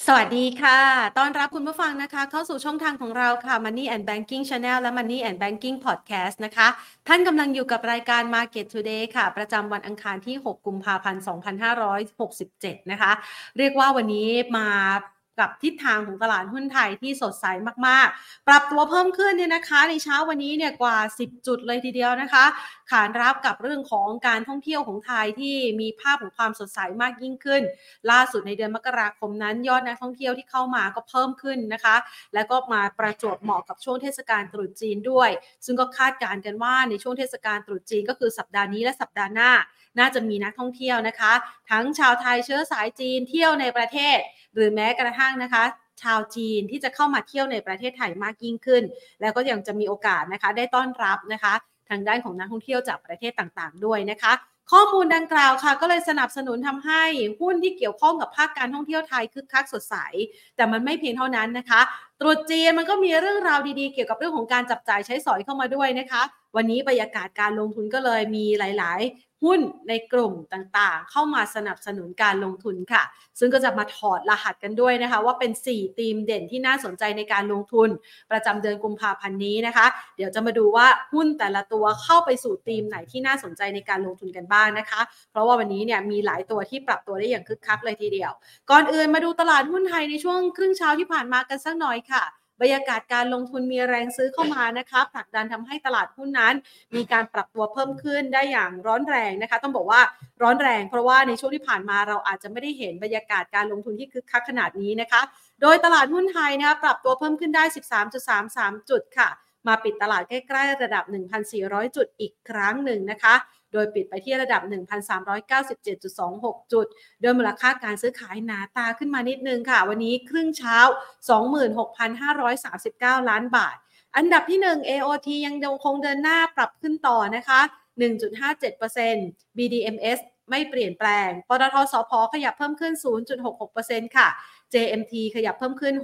สวัสดีค่ะต้อนรับคุณผู้ฟังนะคะเข้าสู่ช่องทางของเราค่ะ Money and Banking Channel และ Money and Banking Podcast นะคะท่านกำลังอยู่กับรายการ Market Today ค่ะประจำวันอังคารที่6กุมภาพันธ์2567นะคะเรียกว่าวันนี้มากับทิศทางของตลาดหุ้นไทยที่สดใสมากๆปรับตัวเพิ่มขึ้นเนี่ยนะคะในเช้าวันนี้เนี่ยกว่า10จุดเลยทีเดียวนะคะขานรับกับเรื่องของการท่องเที่ยวของไทยที่มีภาพของความสดใสมากยิ่งขึ้นล่าสุดในเดือนมกราคมนั้นยอดนักท่องเที่ยวที่เข้ามาก็เพิ่มขึ้นนะคะแล้วก็มาประจวบเหมาะกับช่วงเทศกาลตรุษจีนด้วยซึ่งก็คาดการณ์กันว่าในช่วงเทศกาลตรุษจีนก็คือสัปดาห์นี้และสัปดาห์หน้าน่าจะมีนักท่องเที่ยวนะคะทั้งชาวไทยเชื้อสายจีนเที่ยวในประเทศหรือแม้กระทั่งนะคะชาวจีนที่จะเข้ามาเที่ยวในประเทศไทยมากยิ่งขึ้นแล้วก็ยังจะมีโอกาสนะคะได้ต้อนรับนะคะทางด้านของนักท่องเที่ยวจากประเทศต่างๆด้วยนะคะข้อมูลดังกล่าวค่ะก็เลยสนับสนุนทำให้หุ้นที่เกี่ยวข้องกับภาคการท่องเที่ยวไทยคึกคักสดใสแต่มันไม่เพียงเท่านั้นนะคะตรุษจีนมันก็มีเรื่องราวดีๆเกี่ยวกับเรื่องของการจับจ่ายใช้สอยเข้ามาด้วยนะคะวันนี้บรรยากาศการลงทุนก็เลยมีหลายๆหุ้นในกลุ่มต่างๆเข้ามาสนับสนุนการลงทุนค่ะซึ่งก็จะมาถอดรหัสกันด้วยนะคะว่าเป็น4ธีมเด่นที่น่าสนใจในการลงทุนประจำเดือนกุมภาพันธ์นี้นะคะเดี๋ยวจะมาดูว่าหุ้นแต่ละตัวเข้าไปสู่ธีมไหนที่น่าสนใจในการลงทุนกันบ้างนะคะเพราะว่าวันนี้เนี่ยมีหลายตัวที่ปรับตัวได้อย่างคึกคักเลยทีเดียวก่อนอื่นมาดูตลาดหุ้นไทยในช่วงครึ่งเช้าที่ผ่านมากันสักหน่อยค่ะบรรยากาศการลงทุนมีแรงซื้อเข้ามานะคะผลักดันทำให้ตลาดหุ้นนั้นมีการปรับตัวเพิ่มขึ้นได้อย่างร้อนแรงนะคะต้องบอกว่าร้อนแรงเพราะว่าในช่วงที่ผ่านมาเราอาจจะไม่ได้เห็นบรรยากาศการลงทุนที่คึกคักขนาดนี้นะคะโดยตลาดหุ้นไทยนะคะปรับตัวเพิ่มขึ้นได้ 13.33 จุดค่ะมาปิดตลาดใกล้ๆระดับ 1,400 จุดอีกครั้งหนึ่งนะคะโดยปิดไปที่ระดับ 1,397.26 จุดโดยมูลค่าการซื้อขายหนาตาขึ้นมานิดนึงค่ะวันนี้ครึ่งเช้า 26,539 ล้านบาทอันดับที่1 AOT ยังคงเดินหน้าปรับขึ้นต่อนะคะ 1.57% BDMs ไม่เปลี่ยนแปลงปตท.สผ.ขยับเพิ่มขึ้น 0.66% ค่ะ JMT ขยับเพิ่มขึ้น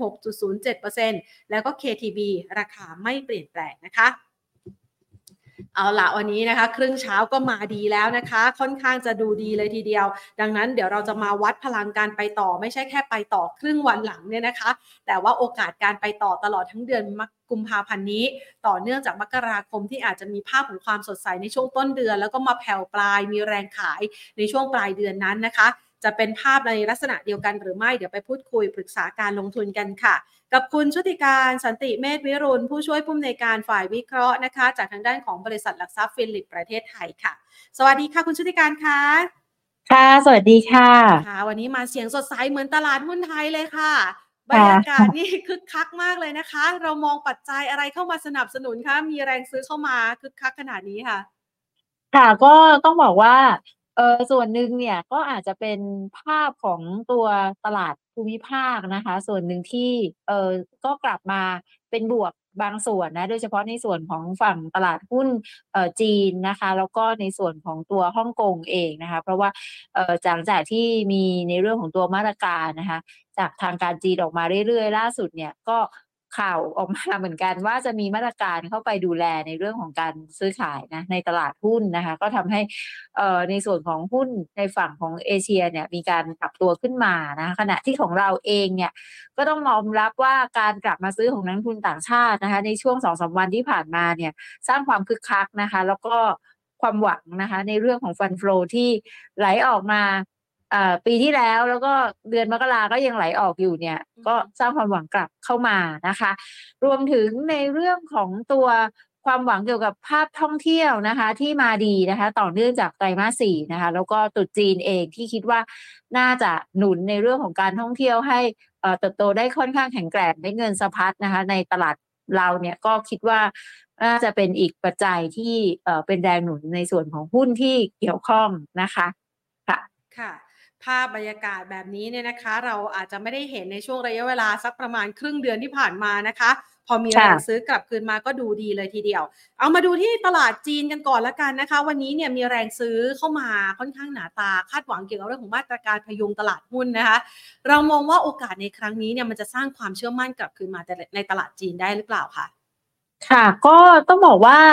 6.07% แล้วก็ KTB ราคาไม่เปลี่ยนแปลงนะคะเอาละวันนี้นะคะครึ่งเช้าก็มาดีแล้วนะคะค่อนข้างจะดูดีเลยทีเดียวดังนั้นเดี๋ยวเราจะมาวัดพลังการไปต่อไม่ใช่แค่ไปต่อครึ่งวันหลังเนี่ยนะคะแต่ว่าโอกาสการไปต่อตลอดทั้งเดือนกุมภาพันธ์นี้ต่อเนื่องจากมกราคมที่อาจจะมีภาพของความสดใสในช่วงต้นเดือนแล้วก็มาแผ่วปลายมีแรงขายในช่วงปลายเดือนนั้นนะคะจะเป็นภาพในลักษณะเดียวกันหรือไม่เดี๋ยวไปพูดคุยปรึกษาการลงทุนกันค่ะกับคุณชุติการสันติเมธวิรุณผู้ช่วยผู้อำนวยการฝ่ายวิเคราะห์นะคะจากทางด้านของบริษัทหลักทรัพย์ฟิลิปประเทศไทยค่ะสวัสดีค่ะคุณชุติการค่ะค่ะสวัสดีค่ะค่ะวันนี้มาเสียงสดใสเหมือนตลาดหุ้นไทยเลยค่ะบรรยากาศนี่คึกคักมากเลยนะคะเรามองปัจจัยอะไรเข้ามาสนับสนุนคะมีแรงซื้อเข้ามาคึกคักขนาดนี้ค่ะค่ะก็ต้องบอกว่าส่วนหนึ่งเนี่ยก็อาจจะเป็นภาพของตัวตลาดภูมิภาคนะคะส่วนหนึ่งที่ก็กลับมาเป็นบวกบางส่วนนะโดยเฉพาะในส่วนของฝั่งตลาดหุ้นจีนนะคะแล้วก็ในส่วนของตัวฮ่องกงเองนะคะเพราะว่าจากที่มีในเรื่องของตัวมาตรการนะคะจากทางการจีนออกมาเรื่อยๆล่าสุดเนี่ยก็ข่าวออกมาเหมือนกันว่าจะมีมาตรการเข้าไปดูแลในเรื่องของการซื้อขายนะในตลาดหุ้นนะคะก็ทำให้ในส่วนของหุ้นในฝั่งของเอเชียเนี่ยมีการปรับตัวขึ้นมานะขณะที่ของเราเองเนี่ยก็ต้องยอมรับว่าการกลับมาซื้อของนักลงทุนต่างชาตินะคะในช่วง2-3วันที่ผ่านมาเนี่ยสร้างความคึกคักนะคะแล้วก็ความหวังนะคะในเรื่องของฟันโฟลที่ไหลออกมาปีที่แล้วก็เดือนมกราก็ยังไหลออกอยู่เนี่ยก็สร้างความหวังกลับเข้ามานะคะรวมถึงในเรื่องของตัวความหวังเกี่ยวกับภาพท่องเที่ยวนะคะที่มาดีนะคะต่อเนื่องจากไตรมาส4นะคะแล้วก็ตรุษจีนเองที่คิดว่าน่าจะหนุนในเรื่องของการท่องเที่ยวให้เติบโตได้ค่อนข้างแข็งแกร่งได้เงินสะพัดนะคะในตลาดเราเนี่ยก็คิดว่าน่าจะเป็นอีกปัจจัยที่เป็นแรงหนุนในส่วนของหุ้นที่เกี่ยวข้องนะคะค่ะค่ะภาพบรรยากาศแบบนี้เนี่ยนะคะเราอาจจะไม่ได้เห็นในช่วงระยะเวลาสักประมาณครึ่งเดือนที่ผ่านมานะคะพอมีแรงซื้อกลับคืนมาก็ดูดีเลยทีเดียวเอามาดูที่ตลาดจีนกันก่อนละกันนะคะวันนี้เนี่ยมีแรงซื้อเข้ามาค่อนข้างหนาตาคาดหวังเกี่ยวกับเรื่องของมาตรการพยุงตลาดหุ้นนะคะเรามองว่าโอกาสในครั้งนี้เนี่ยมันจะสร้างความเชื่อมั่นกลับคืนมาในตลาดจีนได้หรือเปล่าคะค่ะก็ต้องบอกว่า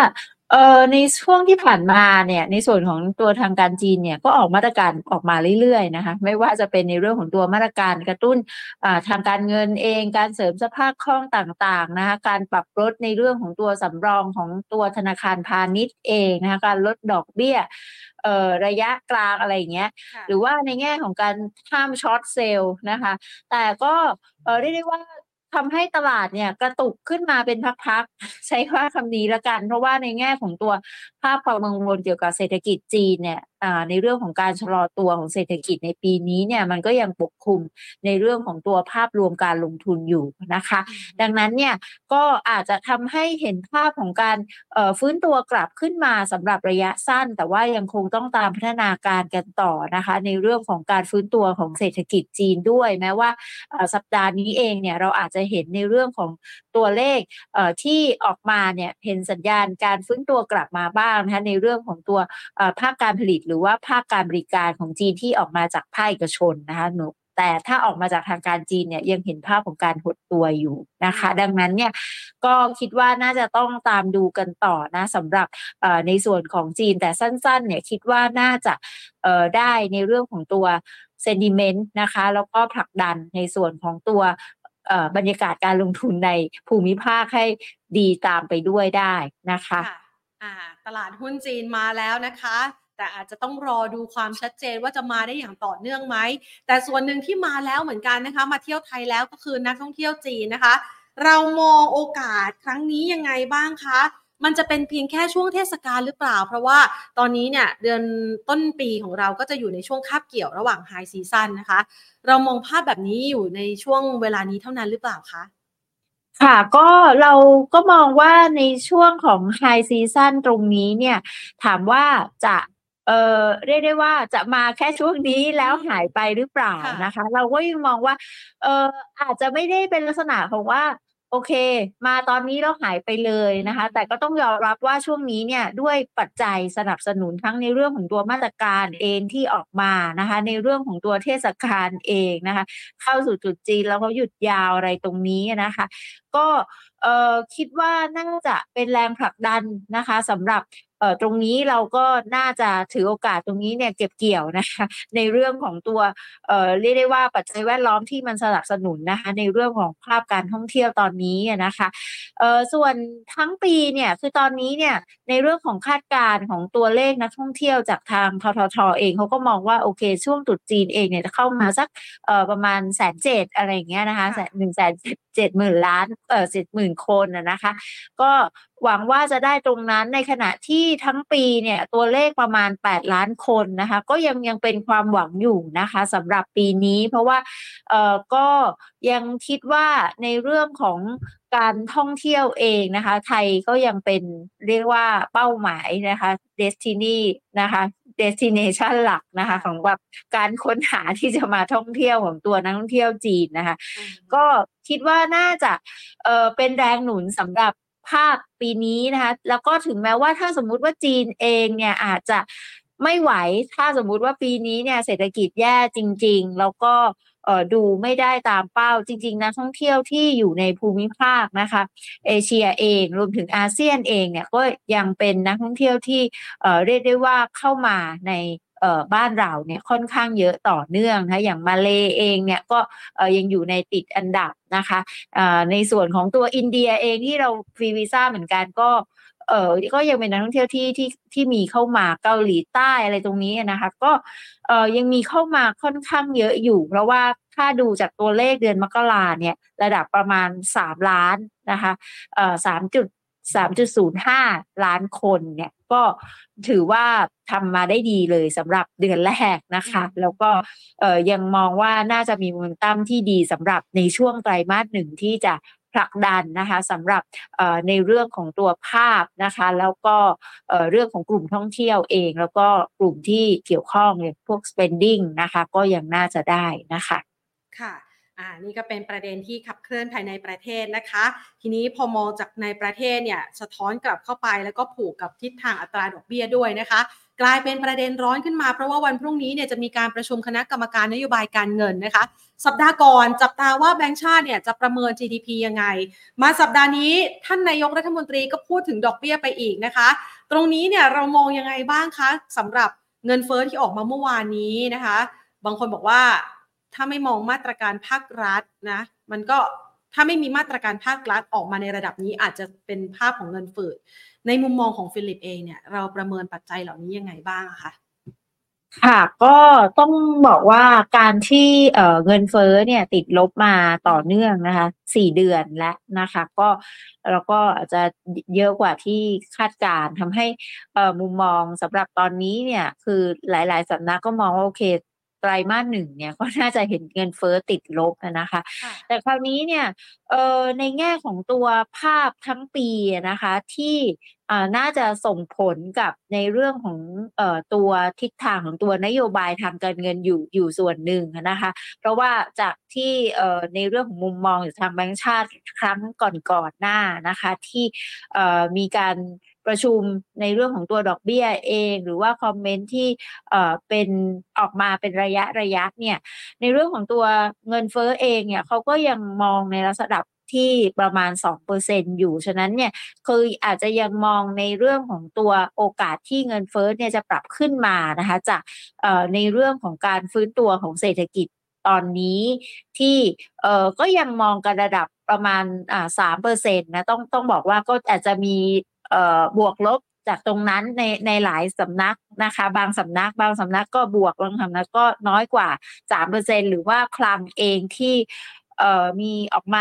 ในช่วงที่ผ่านมาเนี่ยในส่วนของตัวทางการจีนเนี่ยก็ออกมาตรการออกมาเรื่อยๆนะคะไม่ว่าจะเป็นในเรื่องของตัวมาตรการกระตุ้นทางการเงินเองการเสริมสภาพคล่องต่างๆนะคะการปรับลดในเรื่องของตัวสำรองของตัวธนาคารพาณิชย์เองนะคะการลดดอกเบี้ยระยะกลางอะไรอย่างเงี้ยหรือว่าในแง่ของการห้ามช็อตเซลล์นะคะแต่ก็เรียกได้ว่าทำให้ตลาดเนี่ยกระตุกขึ้นมาเป็นพักๆใช้ว่าคำนี้ละกันเพราะว่าในแง่ของตัวภาพความกังวลเกี่ยวกับเศรษฐกิจจีนเนี่ยในเรื่องของการชะลอตัวของเศรษฐกิจในปีนี้เนี่ยมันก็ยังปกคลุมในเรื่องของตัวภาพรวมการลงทุนอยู่นะคะดังนั้นเนี่ยก็อาจจะทำให้เห็นภาพของการฟื้นตัวกลับขึ้นมาสำหรับระยะสั้นแต่ว่ายังคงต้องตามพัฒนาการกันต่อนะคะในเรื่องของการฟื้นตัวของเศรษฐกิจจีนด้วยแม้ว่าสัปดาห์นี้เองเนี่ยเราอาจจะเห็นในเรื่องของตัวเลขที่ออกมาเนี่ยเห็นสัญญาณการฟื้นตัวกลับมาบ้างนะคะในเรื่องของตัวภาคการผลิตหรือว่าภาคการบริการของจีนที่ออกมาจากภาคเอกชนนะคะแต่ถ้าออกมาจากทางการจีนเนี่ยยังเห็นภาพของการหดตัวอยู่นะคะดังนั้นเนี่ยก็คิดว่าน่าจะต้องตามดูกันต่อนะสำหรับในส่วนของจีนแต่สั้นๆเนี่ยคิดว่าน่าจะได้ในเรื่องของตัวsentiment นะคะแล้วก็ผลักดันในส่วนของตัวบรรยากาศการลงทุนในภูมิภาคให้ดีตามไปด้วยได้นะคะตลาดหุ้นจีนมาแล้วนะคะแต่อาจจะต้องรอดูความชัดเจนว่าจะมาได้อย่างต่อเนื่องไหมแต่ส่วนหนึ่งที่มาแล้วเหมือนกันนะคะมาเที่ยวไทยแล้วก็คือนักท่องเที่ยวจีนนะคะเรามองโอกาสครั้งนี้ยังไงบ้างคะมันจะเป็นเพียงแค่ช่วงเทศกาลหรือเปล่าเพราะว่าตอนนี้เนี่ยเดือนต้นปีของเราก็จะอยู่ในช่วงคาบเกี่ยวระหว่างไฮซีซั่นนะคะเรามองภาพแบบนี้อยู่ในช่วงเวลานี้เท่านั้นหรือเปล่าคะค่ะก็เราก็มองว่าในช่วงของ High Season ตรงนี้เนี่ยถามว่าจะเรียกได้ว่าจะมาแค่ช่วงนี้แล้วหายไปหรือเปล่าค่ะนะคะเราก็ยังมองว่าเอ่ออาจจะไม่ได้เป็นลักษณะของว่าโอเคมาตอนนี้แล้วหายไปเลยนะคะแต่ก็ต้องยอมรับว่าช่วงนี้เนี่ยด้วยปัจจัยสนับสนุนทั้งในเรื่องของตัวมาตรการเองที่ออกมานะคะในเรื่องของตัวเทศกาลเองนะคะเข้าสู่ตรุษจีนแล้วเขาหยุดยาวอะไรตรงนี้นะคะ ก็คิดว่าน่าจะเป็นแรงผลักดันนะคะสำหรับตรงนี้เราก็น่าจะถือโอกาสตรงนี้เนี่ยเก็บเกี่ยวนะคะในเรื่องของตัวเรียกได้ว่าปัจจัยแวดล้อมที่มันสนับสนุนนะคะในเรื่องของภาพการท่องเที่ยวตอนนี้นะคะส่วนทั้งปีเนี่ยคือตอนนี้เนี่ยในเรื่องของคาดการณ์ของตัวเลขนักท่องเที่ยวจากทางทททเองเขาก็มองว่าโอเคช่วงตรุษจีนเองเนี่ยจะเข้ามาสักประมาณ170,000อะไรอย่างเงี้ยนะคะ170,000 ล้าน70,000คนนะคะก็หวังว่าจะได้ตรงนั้นในขณะที่ทั้งปีเนี่ยตัวเลขประมาณ8,000,000 คนนะคะก็ยังเป็นความหวังอยู่นะคะสำหรับปีนี้เพราะว่าก็ยังคิดว่าในเรื่องของการท่องเที่ยวเองนะคะไทยก็ยังเป็นเรียกว่าเป้าหมายนะคะ destiny นะคะ destination หลักนะคะของแบบการค้นหาที่จะมาท่องเที่ยวของตัวนักท่องเที่ยวจีนนะคะก็คิดว่าน่าจะเป็นแรงหนุนสำหรับภาคปีนี้นะคะแล้วก็ถึงแม้ว่าถ้าสมมุติว่าจีนเองเนี่ยอาจจะไม่ไหวถ้าสมมุติว่าปีนี้เนี่ยเศรษฐกิจแย่จริงๆแล้วก็ดูไม่ได้ตามเป้าจริงๆนักท่องเที่ยวที่อยู่ในภูมิภาคนะคะเอเชียเองรวมถึงอาเซียนเองเนี่ยก็ยังเป็นนักท่องเที่ยวที่เรียกได้ว่าเข้ามาในบ้านเราเนี่ยค่อนข้างเยอะต่อเนื่องนะอย่างมาเลเองเนี่ยก็ยังอยู่ในติดอันดับนะคะในส่วนของตัวอินเดียเองที่เราฟรีวีซ่าเหมือนกันก็ยังเป็นนักท่องเที่ยวที่มีเข้ามาเกาหลีใต้อะไรตรงนี้นะคะก็ยังมีเข้ามาค่อนข้างเยอะอยู่เพราะว่าถ้าดูจากตัวเลขเดือนมกราเนี่ยระดับประมาณ3,000,000นะคะ3.05 ล้านคนเนี่ยก็ถือว่าทำมาได้ดีเลยสำหรับเดือนแรกนะคะแล้วก็ยังมองว่าน่าจะมีโมเมนตัมที่ดีสำหรับในช่วงไตรมาส1ที่จะผลักดันนะคะสำหรับในเรื่องของตัวภาพนะคะแล้วก็เรื่องของกลุ่มท่องเที่ยวเองแล้วก็กลุ่มที่เกี่ยวข้องอย่างพวก spending นะคะก็ยังน่าจะได้นะคะค่ะนี่ก็เป็นประเด็นที่ขับเคลื่อนภายในประเทศนะคะ ทีนี้พอมองจากในประเทศเนี่ยสะท้อนกลับเข้าไปแล้วก็ผูกกับทิศทางอัตราดอกเบี้ยด้วยนะคะกลายเป็นประเด็นร้อนขึ้นมาเพราะว่าวันพรุ่งนี้เนี่ยจะมีการประชุมคณะกรรมการนโยบายการเงินนะคะสัปดาห์ก่อนจับตาว่าแบงก์ชาติเนี่ยจะประเมิน GDP ยังไงมาสัปดาห์นี้ท่านนายกรัฐมนตรีก็พูดถึงดอกเบี้ยไปอีกนะคะตรงนี้เนี่ยเรามองยังไงบ้างคะสำหรับเงินเฟ้อที่ออกมาเมื่อวานนี้นะคะบางคนบอกว่าถ้าไม่มองมาตรการภาครัฐนะมันก็ถ้าไม่มีมาตรการภาครัฐออกมาในระดับนี้อาจจะเป็นภาพของเงินฝืดในมุมมองของฟิลิปเองเนี่ยเราประเมินปัจจัยเหล่านี้ยังไงบ้างคะค่ะก็ต้องบอกว่าการที่เงินเฟ้อเนี่ยติดลบมาต่อเนื่องนะคะ4 เดือนแล้วนะคะแล้วก็อาจจะเยอะกว่าที่คาดการณ์ทำให้มุมมองสำหรับตอนนี้เนี่ยคือหลายๆสำนักก็มองว่าโอเคไตรมาสหนึ่งเนี่ยก็น่าจะเห็นเงินเฟ้อติดลบนะคะแต่คราวนี้เนี่ยในแง่ของตัวภาพทั้งปีนะคะที่น่าจะส่งผลกับในเรื่องของตัวทิศทางของตัวนโยบายทางการเงินอยู่ส่วนหนึ่งนะคะเพราะว่าจากที่ในเรื่องของมุมมองจากทางแบงก์ชาติครั้งก่อนหน้านะคะที่มีการประชุมในเรื่องของตัวดอกเบี้ยเองหรือว่าคอมเมนต์ที่เป็นออกมาเป็นระยะเนี่ยในเรื่องของตัวเงินเฟ้อเองเนี่ยเขาก็ยังมองในระดับที่ประมาณ 2% อยู่ฉะนั้นเนี่ยคืออาจจะยังมองในเรื่องของตัวโอกาสที่เงินเฟ้อเนี่ยจะปรับขึ้นมานะคะจากในเรื่องของการฟื้นตัวของเศรษฐกิจตอนนี้ที่ก็ยังมองกันระดับประมาณ3%นะต้องบอกว่าก็อาจจะมีบวกลบจากตรงนั้นในหลายสำนักนะคะบางสำนักก็บวกบางสำนักก็น้อยกว่า 3% หรือว่าคลังเองที่มีออกมา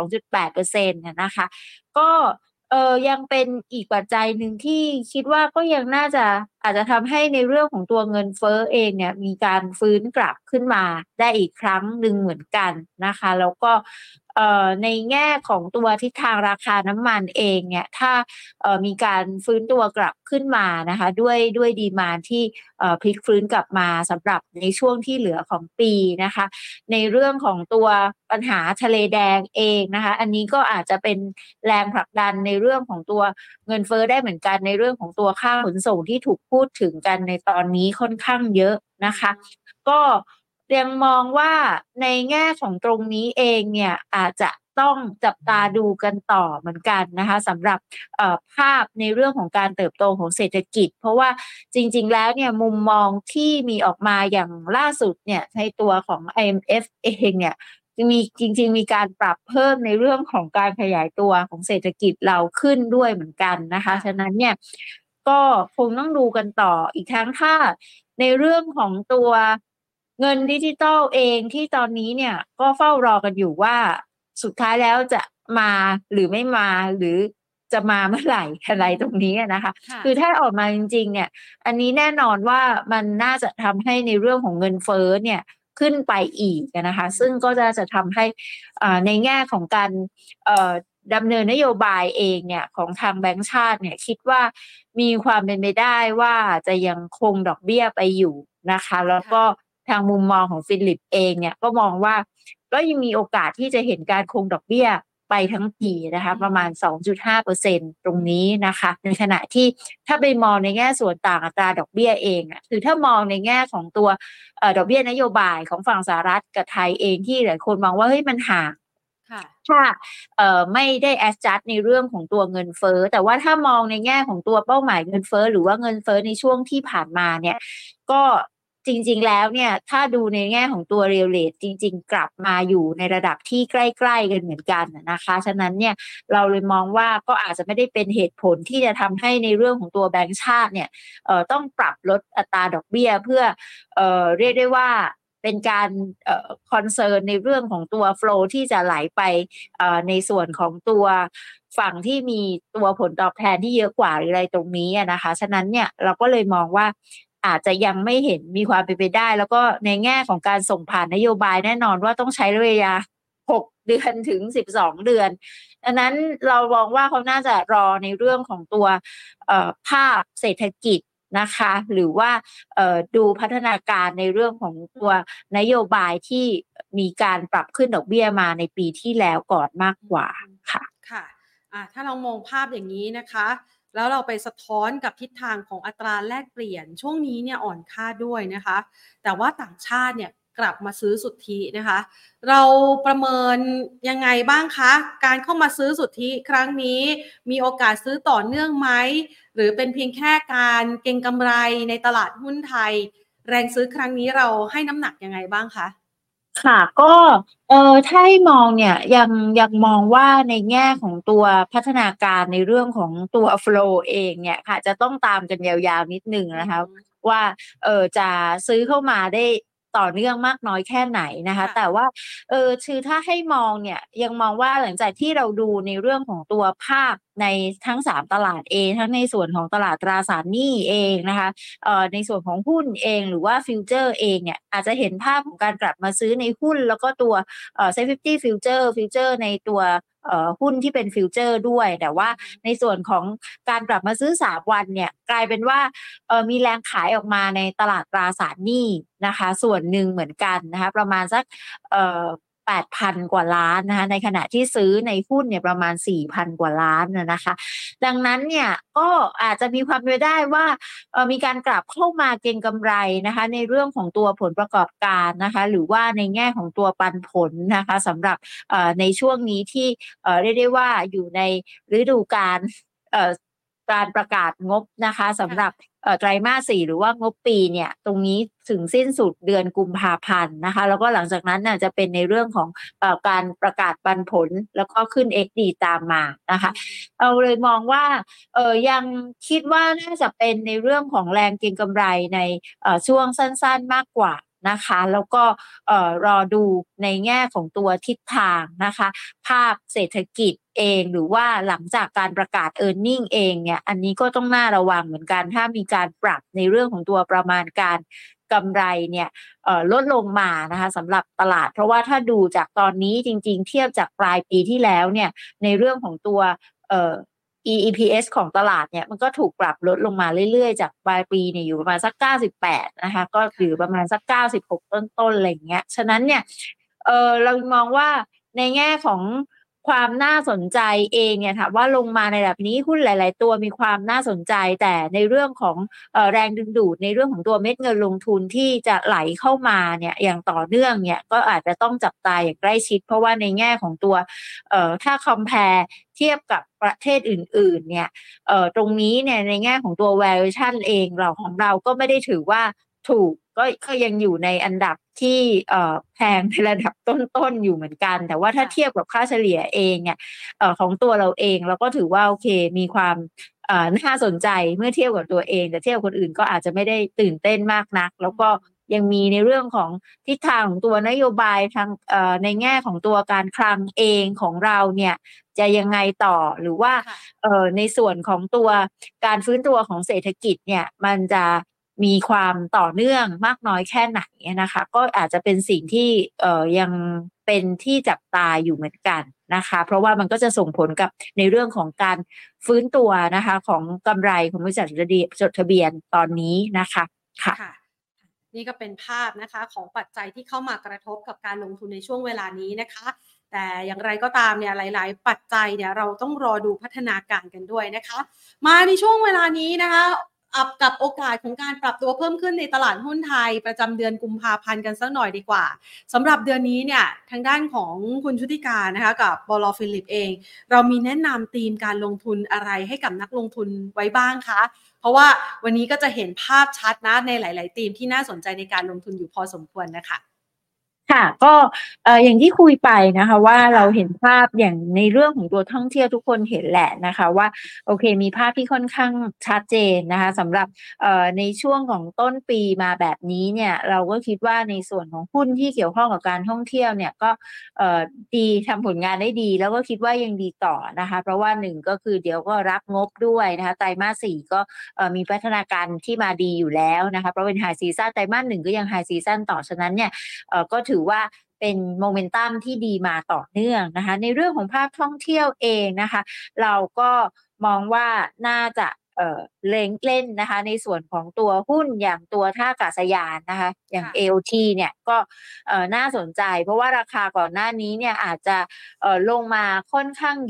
2.8% นะคะก็ยังเป็นอีกปัจจัยหนึ่งที่คิดว่าก็ยังน่าจะอาจจะทำให้ในเรื่องของตัวเงินเฟ้อเองเนี่ยมีการฟื้นกลับขึ้นมาได้อีกครั้งหนึ่งเหมือนกันนะคะแล้วก็ในแง่ของตัวทิศทางราคาน้ำมันเองเนี่ยถ้ามีการฟื้นตัวกลับขึ้นมานะคะด้วยดีมานด์ที่พลิกฟื้นกลับมาสำหรับในช่วงที่เหลือของปีนะคะในเรื่องของตัวปัญหาทะเลแดงเองนะคะอันนี้ก็อาจจะเป็นแรงผลักดันในเรื่องของตัวเงินเฟ้อได้เหมือนกันในเรื่องของตัวค่าขนส่งที่ถูกพูดถึงกันในตอนนี้ค่อนข้างเยอะนะคะก็ยังมองว่าในแง่ของตรงนี้เองเนี่ยอาจจะต้องจับตาดูกันต่อเหมือนกันนะคะสำหรับภาพในเรื่องของการเติบโตของเศรษฐกิจเพราะว่าจริงๆแล้วเนี่ยมุมมองที่มีออกมาอย่างล่าสุดเนี่ยในตัวของ IMF เองเนี่ยจริงๆมีการปรับเพิ่มในเรื่องของการขยายตัวของเศรษฐกิจเราขึ้นด้วยเหมือนกันนะคะฉะนั้นเนี่ยก็คงต้องดูกันต่ออีกทั้งถ้าในเรื่องของตัวเงินดิจิทัลเองที่ตอนนี้เนี่ยก็เฝ้ารอกันอยู่ว่าสุดท้ายแล้วจะมาหรือไม่มาหรือจะมาเมื่อไหร่อะไรตรงนี้นะคะคือถ้าออกมาจริงๆเนี่ยอันนี้แน่นอนว่ามันน่าจะทำให้ในเรื่องของเงินเฟ้อเนี่ยขึ้นไปอีกนะคะซึ่งก็จะทำให้ในแง่ของการดำเนินนโยบายเองเนี่ยของทางแบงก์ชาติเนี่ยคิดว่ามีความเป็นไปได้ว่าจะยังคงดอกเบี้ยไปอยู่นะคะแล้วก็ทางมุมมองของฟิลิปเองเนี่ยก็มองว่าก็ยังมีโอกาสที่จะเห็นการคงดอกเบี้ยไปทั้งปีนะคะประมาณ 2.5% ตรงนี้นะคะในขณะที่ถ้าไปมองในแง่ส่วนต่างอัตราดอกเบี้ยเองคือถ้ามองในแง่ของตัวดอกเบี้ยนโยบายของฝั่งสหรัฐกับไทยเองที่หลายคนมองว่าเฮ้ยมันห่างถ้าไม่ได้ adjust ในเรื่องของตัวเงินเฟ้อแต่ว่าถ้ามองในแง่ของตัวเป้าหมายเงินเฟ้อหรือว่าเงินเฟ้อในช่วงที่ผ่านมาเนี่ยก็จริงๆแล้วเนี่ยถ้าดูในแง่ของตัว real rate จริงๆกลับมาอยู่ในระดับที่ใกล้ๆกันเหมือนกันนะคะฉะนั้นเนี่ยเราเลยมองว่าก็อาจจะไม่ได้เป็นเหตุผลที่จะทำให้ในเรื่องของตัวแบงก์ชาติเนี่ยต้องปรับลดอัตราดอกเบี้ยเพื่อเรียกได้ว่าเป็นการคอนเซิร์นในเรื่องของตัว flow ที่จะไหลไปในส่วนของตัวฝั่งที่มีตัวผลตอบแทนที่เยอะกว่าหรืออะไรตรงนี้นะคะฉะนั้นเนี่ยเราก็เลยมองว่าอาจจะยังไม่เห็นมีความเป็นไปได้แล้วก็ในแง่ของการส่งผ่านนโยบายแน่นอนว่าต้องใช้ระยะ6 เดือนถึง12 เดือนดังนั้นเรามองว่าเขาน่าจะรอในเรื่องของตัวภาพเศรษฐกิจนะคะหรือว่าดูพัฒนาการในเรื่องของตัวนโยบายที่มีการปรับขึ้นดอกเบี้ยมาในปีที่แล้วก่อนมากกว่าค่ะถ้าเรามองภาพอย่างนี้นะคะแล้วเราไปสะท้อนกับทิศทางของอัตราแลกเปลี่ยนช่วงนี้เนี่ยอ่อนค่าด้วยนะคะแต่ว่าต่างชาติเนี่ยกลับมาซื้อสุทธินะคะเราประเมินยังไงบ้างคะการเข้ามาซื้อสุทธิครั้งนี้มีโอกาสซื้อต่อเนื่องไหมหรือเป็นเพียงแค่การเก็งกำไรในตลาดหุ้นไทยแรงซื้อครั้งนี้เราให้น้ำหนักยังไงบ้างคะค่ะก็ถ้าให้มองเนี่ยยังมองว่าในแง่ของตัวพัฒนาการในเรื่องของตัว flow เองเนี่ยค่ะจะต้องตามกันยาวๆนิดหนึ่งอืนะคะมว่าจะซื้อเข้ามาได้ต่อเนื่องมากน้อยแค่ไหนนะคะค่ะแต่ว่าคือถ้าให้มองเนี่ยยังมองว่าหลังจากที่เราดูในเรื่องของตัวภาพในทั้ง3ตลาดเองทั้งในส่วนของตลาดตราสารหนี้เองนะคะ ในส่วนของหุ้นเองหรือว่าฟิวเจอร์เองเนี่ยอาจจะเห็นภาพของการกลับมาซื้อในหุ้นแล้วก็ตัวSet 50 ฟิวเจอร์ในตัวหุ้นที่เป็นฟิวเจอร์ด้วยแต่ว่าในส่วนของการกลับมาซื้อ3วันเนี่ยกลายเป็นว่ามีแรงขายออกมาในตลาดตราสารหนี้นะคะส่วนหนึ่งเหมือนกันนะคะประมาณสักเอ่อ8,000กว่าล้านนะคะในขณะที่ซื้อในหุ้นเนี่ยประมาณ4,000กว่าล้านนะคะ ดังนั้นเนี่ยก็อาจจะมีความเป็นไปได้ว่ามีการกลับเข้ามาเก็งกำไรนะคะในเรื่องของตัวผลประกอบการนะคะหรือว่าในแง่ของตัวปันผลนะคะสำหรับในช่วงนี้ที่เรียกได้ว่าอยู่ในฤดูกาลเอ่อการประกาศงบนะคะสำหรับค่ะไตรมาส4หรือว่างบปีเนี่ยตรงนี้ถึงสิ้นสุดเดือนกุมภาพันธ์นะคะแล้วก็หลังจากนั้นน่ะจะเป็นในเรื่องของการประกาศปันผลแล้วก็ขึ้น XD ตามมานะคะ เราเลยมองว่ายังคิดว่าน่าจะเป็นในเรื่องของแรงเก็งกำไรในช่วงสั้นๆมากกว่านะคะแล้วก็รอดูในแง่ของตัวทิศทางนะคะภาพเศรษฐกิจเองหรือว่าหลังจากการประกาศ earning เองเนี่ยอันนี้ก็ต้องน่าระวังเหมือนกันถ้ามีการปรับในเรื่องของตัวประมาณการกำไรเนี่ยลดลงมานะคะสำหรับตลาดเพราะว่าถ้าดูจากตอนนี้จริงๆเทียบจากปลายปีที่แล้วเนี่ยในเรื่องของตัวเอ่อ EPS ของตลาดเนี่ยมันก็ถูกปรับลดลงมาเรื่อยๆจากปลายปีเนี่ยอยู่ประมาณสัก98นะคะก็หรือประมาณสัก96ต้นๆอะไรอย่างเงี้ยฉะนั้นเนี่ยเรามองว่าในแง่ของความน่าสนใจเองเนี่ยถามว่าลงมาในระดับนี้หุ้นหลายๆตัวมีความน่าสนใจแต่ในเรื่องของแรงดึงดูดในเรื่องของตัวเม็ดเงินลงทุนที่จะไหลเข้ามาเนี่ยอย่างต่อเนื่องเนี่ยก็อาจจะต้องจับตาอย่างใกล้ชิดเพราะว่าในแง่ของตัวถ้า compare เทียบกับประเทศอื่นๆเนี่ยตรงนี้เนี่ยในแง่ของตัว valuation เองเราของเราก็ไม่ได้ถือว่าถูกก็ยังอยู่ในอันดับที่แพงในระดับต้นๆอยู่เหมือนกันแต่ว่าถ้าเทียบค่ะกับค่าเฉลี่ยเองเนี่ยของตัวเราเองเราก็ถือว่าโอเคมีความน่าสนใจเมื่อเทียบกับตัวเองแต่เทียบกับคนอื่นก็อาจจะไม่ได้ตื่นเต้นมากนักแล้วก็ยังมีในเรื่องของทิศทางของตัวนโยบายทางในแง่ของตัวการคลังเองของเราเนี่ยจะยังไงต่อหรือว่าค่ะในส่วนของตัวการฟื้นตัวของเศรษฐกิจเนี่ยมันจะมีความต่อเนื่องมากน้อยแค่ไหนนะคะก็อาจจะเป็นสิ่งที่ยังเป็นที่จับตาอยู่เหมือนกันนะคะเพราะว่ามันก็จะส่งผลกับในเรื่องของการฟื้นตัวนะคะของกำไรของบริษัทจดทะเบียนตอนนี้นะคะค่ะค่ะนี่ก็เป็นภาพนะคะของปัจจัยที่เข้ามากระทบกับการลงทุนในช่วงเวลานี้นะคะแต่อย่างไรก็ตามเนี่ยหลายๆปัจจัยเนี่ยเราต้องรอดูพัฒนาการกันด้วยนะคะมาในช่วงเวลานี้นะคะกับโอกาสของการปรับตัวเพิ่มขึ้นในตลาดหุ้นไทยประจำเดือนกุมภาพันธ์กันสักหน่อยดีกว่าสำหรับเดือนนี้เนี่ยทางด้านของคุณชุติการนะคะกับบลฟิลิปเองเรามีแนะนำธีมการลงทุนอะไรให้กับนักลงทุนไว้บ้างคะ เพราะว่าวันนี้ก็จะเห็นภาพชัดนะในหลายๆธีมที่น่าสนใจในการลงทุนอยู่พอสมควรน่ะค่ะค่ะก็อย่างที่คุยไปนะคะว่าเราค่ะเห็นภาพอย่างในเรื่องของตัวท่องเที่ยวทุกคนเห็นแหละนะคะว่าโอเคมีภาพที่ค่อนข้างชัดเจนนะคะสำหรับในช่วงของต้นปีมาแบบนี้เนี่ยเราก็คิดว่าในส่วนของหุ้นที่เกี่ยวข้องกับการท่องเที่ยวเนี่ยก็ดีทำผลงานได้ดีแล้วก็คิดว่ายังดีต่อนะคะเพราะว่าหนึ่งก็คือเดี๋ยวก็รับงบด้วยนะคะไตรมาส4ก็มีพัฒนาการที่มาดีอยู่แล้วนะคะเพราะเป็นไฮซีซันไตรมาส1ก็ยังไฮซีซันต่อฉะนั้นเนี่ย ก็ถือว่าเป็นโมเมนตัมที่ดีมาต่อเนื่องนะคะในเรื่องของภาคท่องเที่ยวเองนะคะเราก็มองว่าน่าจะเล็งเล่นนะคะในส่วนของตัวหุ้นอย่างตัวท่าอากาศยานนะคะอย่างค่ะ AOT เนี่ยก็น่าสนใจเพราะว่าราคาก่อนหน้านี้เนี่ยอาจจะลงมาค่อนข้างเยอะ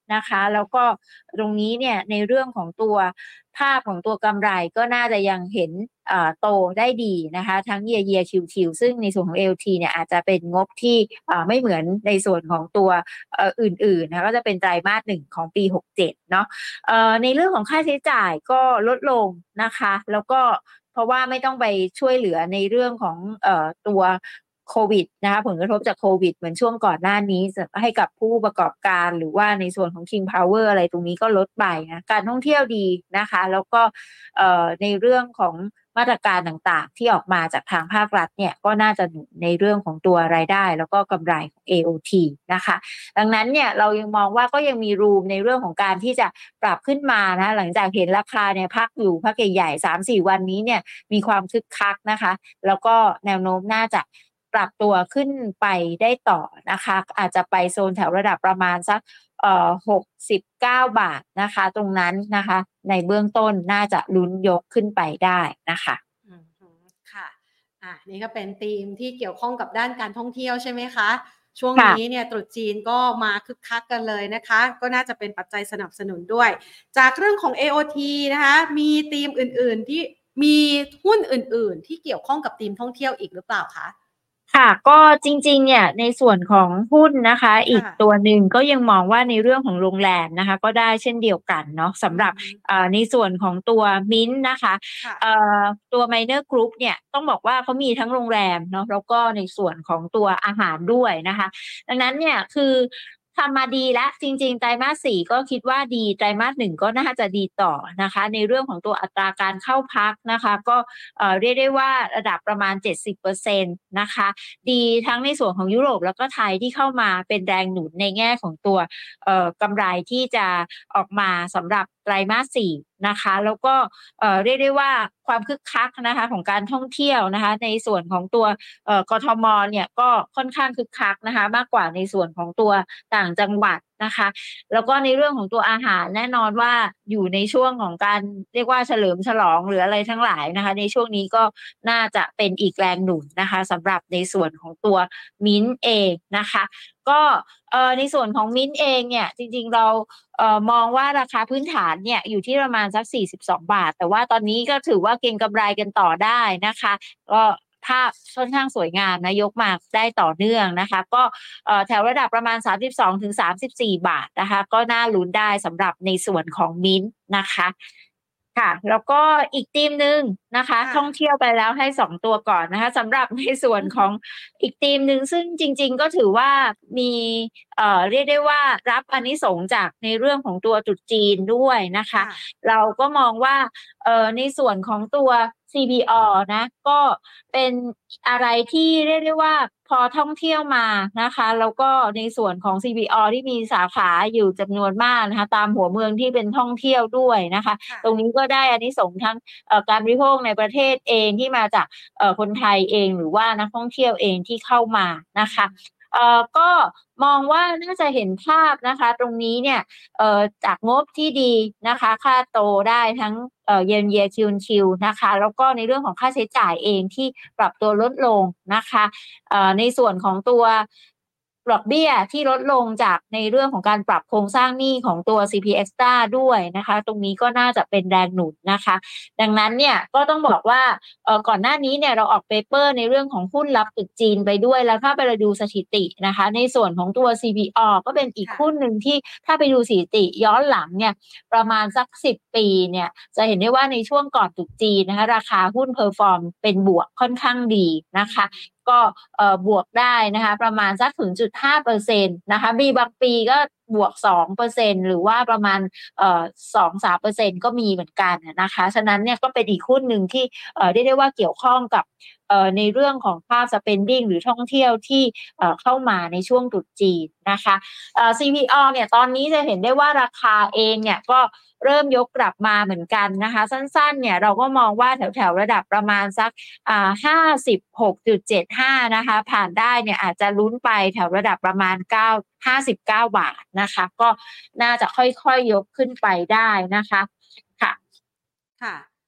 นะคะแล้วก็ตรงนี้เนี่ยในเรื่องของตัวภาพของตัวกำไรก็น่าจะยังเห็นโตได้ดีนะคะทั้ง year QQ ซึ่งในส่วนของ ALT เนี่ยอาจจะเป็นงบที่ไม่เหมือนในส่วนของตัวอื่นๆนะก็จะเป็นไตรมาสหนึ่งของปี67เนาะในเรื่องของค่าใช้จ่ายก็ลดลงนะคะแล้วก็เพราะว่าไม่ต้องไปช่วยเหลือในเรื่องของตัวโควิดนะคะผลกระทบจากโควิดเหมือนช่วงก่อนหน้านี้ให้กับผู้ประกอบการหรือว่าในส่วนของ King Power อะไรตรงนี้ก็ลดไปนะการท่องเที่ยวดีนะคะแล้วก็ในเรื่องของมาตรการต่างๆที่ออกมาจากทางภาครัฐเนี่ยก็น่าจะหนุนในเรื่องของตัวรายได้แล้วก็กำไรของ AOT นะคะดังนั้นเนี่ยเรายังมองว่าก็ยังมีรูมในเรื่องของการที่จะปรับขึ้นมานะหลังจากเห็นราคาเนี่ยพักใหญ่ๆ3-4 วันนี้เนี่ยมีความคึกคักนะคะแล้วก็แนวโน้มน่าจะปรับตัวขึ้นไปได้ต่อนะคะอาจจะไปโซนแถวระดับประมาณสัก69 บาทนะคะตรงนั้นนะคะในเบื้องต้นน่าจะลุ้นยกขึ้นไปได้นะคะค่ะนี่ก็เป็นธีมที่เกี่ยวข้องกับด้านการท่องเที่ยวใช่ไหมคะช่วงนี้เนี่ยตรุษจีนก็มาคึกคักกันเลยนะคะก็น่าจะเป็นปัจจัยสนับสนุนด้วยจากเรื่องของ AOT นะคะมีธีมอื่นๆที่มีหุ้นอื่นๆที่เกี่ยวข้องกับธีมท่องเที่ยวอีกหรือเปล่าคะค่ะก็จริงๆเนี่ยในส่วนของหุ้นนะคะอีกตัวหนึ่งก็ยังมองว่าในเรื่องของโรงแรมนะคะก็ได้เช่นเดียวกันเนาะสำหรับในส่วนของตัวมิ้นท์นะคะตัว Minor Group เนี่ยต้องบอกว่าเขามีทั้งโรงแรมเนาะแล้วก็ในส่วนของตัวอาหารด้วยนะคะดังนั้นเนี่ยคือทำมาดีแล้วจริงๆไตรมาส4ก็คิดว่าดีไตรมาส1ก็น่าจะดีต่อนะคะในเรื่องของตัวอัตราการเข้าพักนะคะก็เรียกได้ว่าระดับประมาณ70%นะคะดีทั้งในส่วนของยุโรปแล้วก็ไทยที่เข้ามาเป็นแรงหนุนในแง่ของตัวกำไรที่จะออกมาสำหรับไตรมาส4นะคะแล้วก็เรียกได้ว่าความคึกคักนะคะของการท่องเที่ยวนะคะในส่วนของตัวกทมเนี่ยก็ค่อนข้างคึกคักนะคะมากกว่าในส่วนของตัวต่างจังหวัดนะคะแล้วก็ในเรื่องของตัวอาหารแน่นอนว่าอยู่ในช่วงของการเรียกว่าเฉลิมฉลองหรืออะไรทั้งหลายนะคะในช่วงนี้ก็น่าจะเป็นอีกแรงหนุนนะคะสำหรับในส่วนของตัวมิ้นเองนะคะก็ในส่วนของมิ้นเองเนี่ยจริงๆเรามองว่าราคาพื้นฐานเนี่ยอยู่ที่ประมาณสัก42 บาทแต่ว่าตอนนี้ก็ถือว่าเก็งกำไรกันต่อได้นะคะก็ภาพค่อนข้างสวยงามนะยกมาได้ต่อเนื่องนะคะก็แถวระดับประมาณ32-34 บาทนะคะก็น่าลุ้นได้สำหรับในส่วนของมิ้นนะคะค่ะแล้วก็อีกธีมหนึ่งนะคะท่องเที่ยวไปแล้วให้2 ตัวก่อนนะคะสำหรับในส่วนของอีกธีมหนึ่งซึ่งจริงๆก็ถือว่ามีเรียกได้ว่ารับอานิสงส์จากในเรื่องของตัวตรุษจีนด้วยนะคะเราก็มองว่าในส่วนของตัว CPO นะก็เป็นอะไรที่เรียกได้ว่าพอท่องเที่ยวมานะคะแล้วก็ในส่วนของ CPO ที่มีสาขาอยู่จำนวนมากนะคะตามหัวเมืองที่เป็นท่องเที่ยวด้วยนะคะตรงนี้ก็ได้อานิสงส์ทั้งการบริโภคในประเทศเองที่มาจากคนไทยเองหรือว่านักท่องเที่ยวเองที่เข้ามานะคะก็มองว่าน่าจะเห็นภาพนะคะตรงนี้เนี่ยจากงบที่ดีนะคะค่าโตได้ทั้งyear Q&Q นะคะแล้วก็ในเรื่องของค่าใช้จ่ายเองที่ปรับตัวลดลงนะคะในส่วนของตัวดอกเบี้ยที่ลดลงจากในเรื่องของการปรับโครงสร้างหนี้ของตัว CP Extra ด้วยนะคะตรงนี้ก็น่าจะเป็นแรงหนุนนะคะดังนั้นเนี่ยก็ต้องบอกว่าก่อนหน้านี้เนี่ยเราออกเปเปอร์ในเรื่องของหุ้นรับตรุษจีนไปด้วยแล้วถ้าไปดูสถิตินะคะในส่วนของตัว CPO ก็เป็นอีกหุ้นหนึ่งที่ถ้าไปดูสถิติย้อนหลังเนี่ยประมาณสัก10 ปีเนี่ยจะเห็นได้ว่าในช่วงก่อนตรุษจีนนะคะราคาหุ้นเพอร์ฟอร์มเป็นบวกค่อนข้างดีนะคะก็บวกได้นะคะประมาณสัก 0.5% นะคะมีบางปีก็บวก 2% หรือว่าประมาณ2-3% ก็มีเหมือนกันนะคะฉะนั้นเนี่ยก็เป็นอีกหุ้นหนึ่งที่เรียกได้ว่าเกี่ยวข้องกับในเรื่องของภาพ spending หรือท่องเที่ยวที่เข้ามาในช่วงตรุษจีนนะคะCPO เนี่ยตอนนี้จะเห็นได้ว่าราคาเองเนี่ยก็เริ่มยกกลับมาเหมือนกันนะคะสั้นๆเนี่ยเราก็มองว่าแถวๆระดับประมาณสัก56.75นะคะผ่านได้เนี่ยอาจจะลุ้นไปแถวระดับประมาณ59 บาทนะคะก็น่าจะค่อยๆยกขึ้นไปได้นะคะค่ะ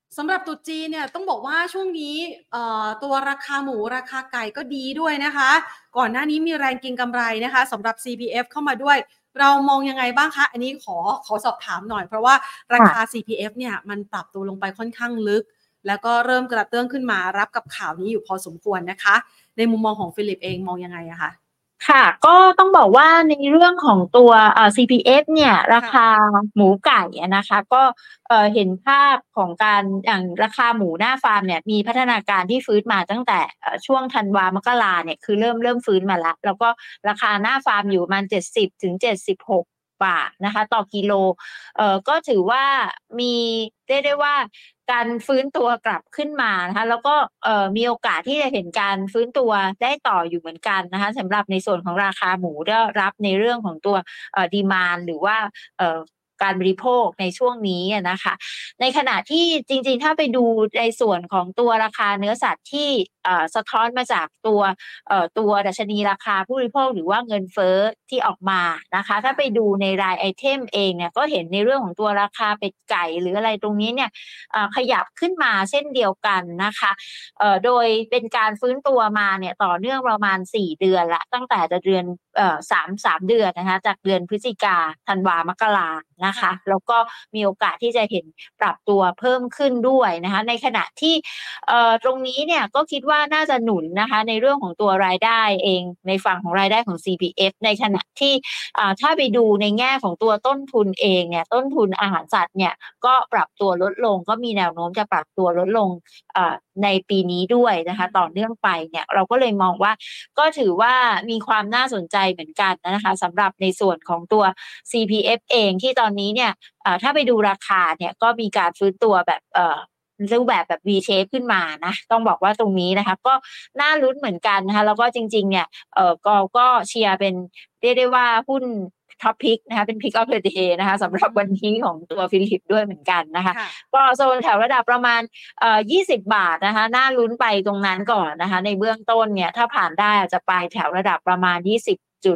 สำหรับตรุษจีนเนี่ยต้องบอกว่าช่วงนี้ตัวราคาหมูราคาไก่ก็ดีด้วยนะคะก่อนหน้านี้มีแรงเก็งกำไรนะคะสำหรับ CPF เข้ามาด้วยเรามองยังไงบ้างคะอันนี้ขอสอบถามหน่อยเพราะว่าราคา CPF เนี่ยมันปรับตัวลงไปค่อนข้างลึกแล้วก็เริ่มกระเตื้องขึ้นมารับกับข่าวนี้อยู่พอสมควรนะคะในมุมมองของฟิลิปเองมองยังไงอะคะค่ะก็ต้องบอกว่าในเรื่องของตัวCPF เนี่ยราคาหมูไก่อะนะคะก็เห็นภาพของการอย่างราคาหมูหน้าฟาร์มเนี่ยมีพัฒนาการที่ฟื้นมาตั้งแต่ช่วงธันวามกราเนี่ยคือเริ่มฟื้นมาแล้วก็ราคาหน้าฟาร์มอยู่ประมาณ70 ถึง 76 บาทนะคะต่อกิโลก็ถือว่ามีเรียกได้ว่าการฟื้นตัวกลับขึ้นมานะคะแล้วก็มีโอกาสที่จะเห็นการฟื้นตัวได้ต่ออยู่เหมือนกันนะคะสำหรับในส่วนของราคาหมูได้รับในเรื่องของตัวดีมานด์หรือว่าการบริโภคในช่วงนี้นะคะในขณะที่จริงๆถ้าไปดูในส่วนของตัวราคาเนื้อสัตว์ที่สะท้อนมาจากตัวดัชนีราคาผู้บริโภคหรือว่าเงินเฟ้อที่ออกมานะคะถ้าไปดูในรายไอเทมเองเนี่ยก็เห็นในเรื่องของตัวราคาเป็ดไก่หรืออะไรตรงนี้เนี่ยขยับขึ้นมาเช่นเดียวกันนะคะโดยเป็นการฟื้นตัวมาเนี่ยต่อเนื่องประมาณ4 เดือนละตั้งแต่จะเดือนสามเดือนนะคะจากเดือนพฤศจิกาธันวามกรานะคะแล้วก็มีโอกาสที่จะเห็นปรับตัวเพิ่มขึ้นด้วยนะคะในขณะที่ตรงนี้เนี่ยก็คิดว่าน่าจะหนุนนะคะในเรื่องของตัวรายได้เองในฝั่งของรายได้ของ CPF ในขณะที่ถ้าไปดูในแง่ของตัวต้นทุนเองเนี่ยต้นทุนอาหารสัตว์เนี่ยก็ปรับตัวลดลงก็มีแนวโน้มจะปรับตัวลดลงในปีนี้ด้วยนะคะต่อเนื่องไปเนี่ยเราก็เลยมองว่าก็ถือว่ามีความน่าสนใจเหมือนกันนะคะสำหรับในส่วนของตัว CPF เองที่ตอนนี้เนี่ยถ้าไปดูราคาเนี่ยก็มีการฟื้นตัวแบบรูปแบบ V shape ขึ้นมานะต้องบอกว่าตรงนี้นะคะก็น่าลุ้นเหมือนกันนะคะแล้วก็จริงๆเนี่ยก็เชียร์เป็นเรียกได้ว่าหุ้นท็อปพิกนะคะเป็นพิกออฟเดอะเดย์นะคะสำหรับวันนี้ของตัวฟิลิปด้วยเหมือนกันนะคะก็โซนแถวระดับประมาณ20 บาทนะคะน่าลุ้นไปตรงนั้นก่อนนะคะในเบื้องต้นเนี่ยถ้าผ่านได้อาจจะไปแถวระดับประมาณ20จุด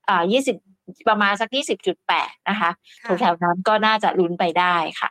20ประมาณสัก20.8นะคะแถวๆนั้นก็น่าจะลุ้นไปได้ค่ะ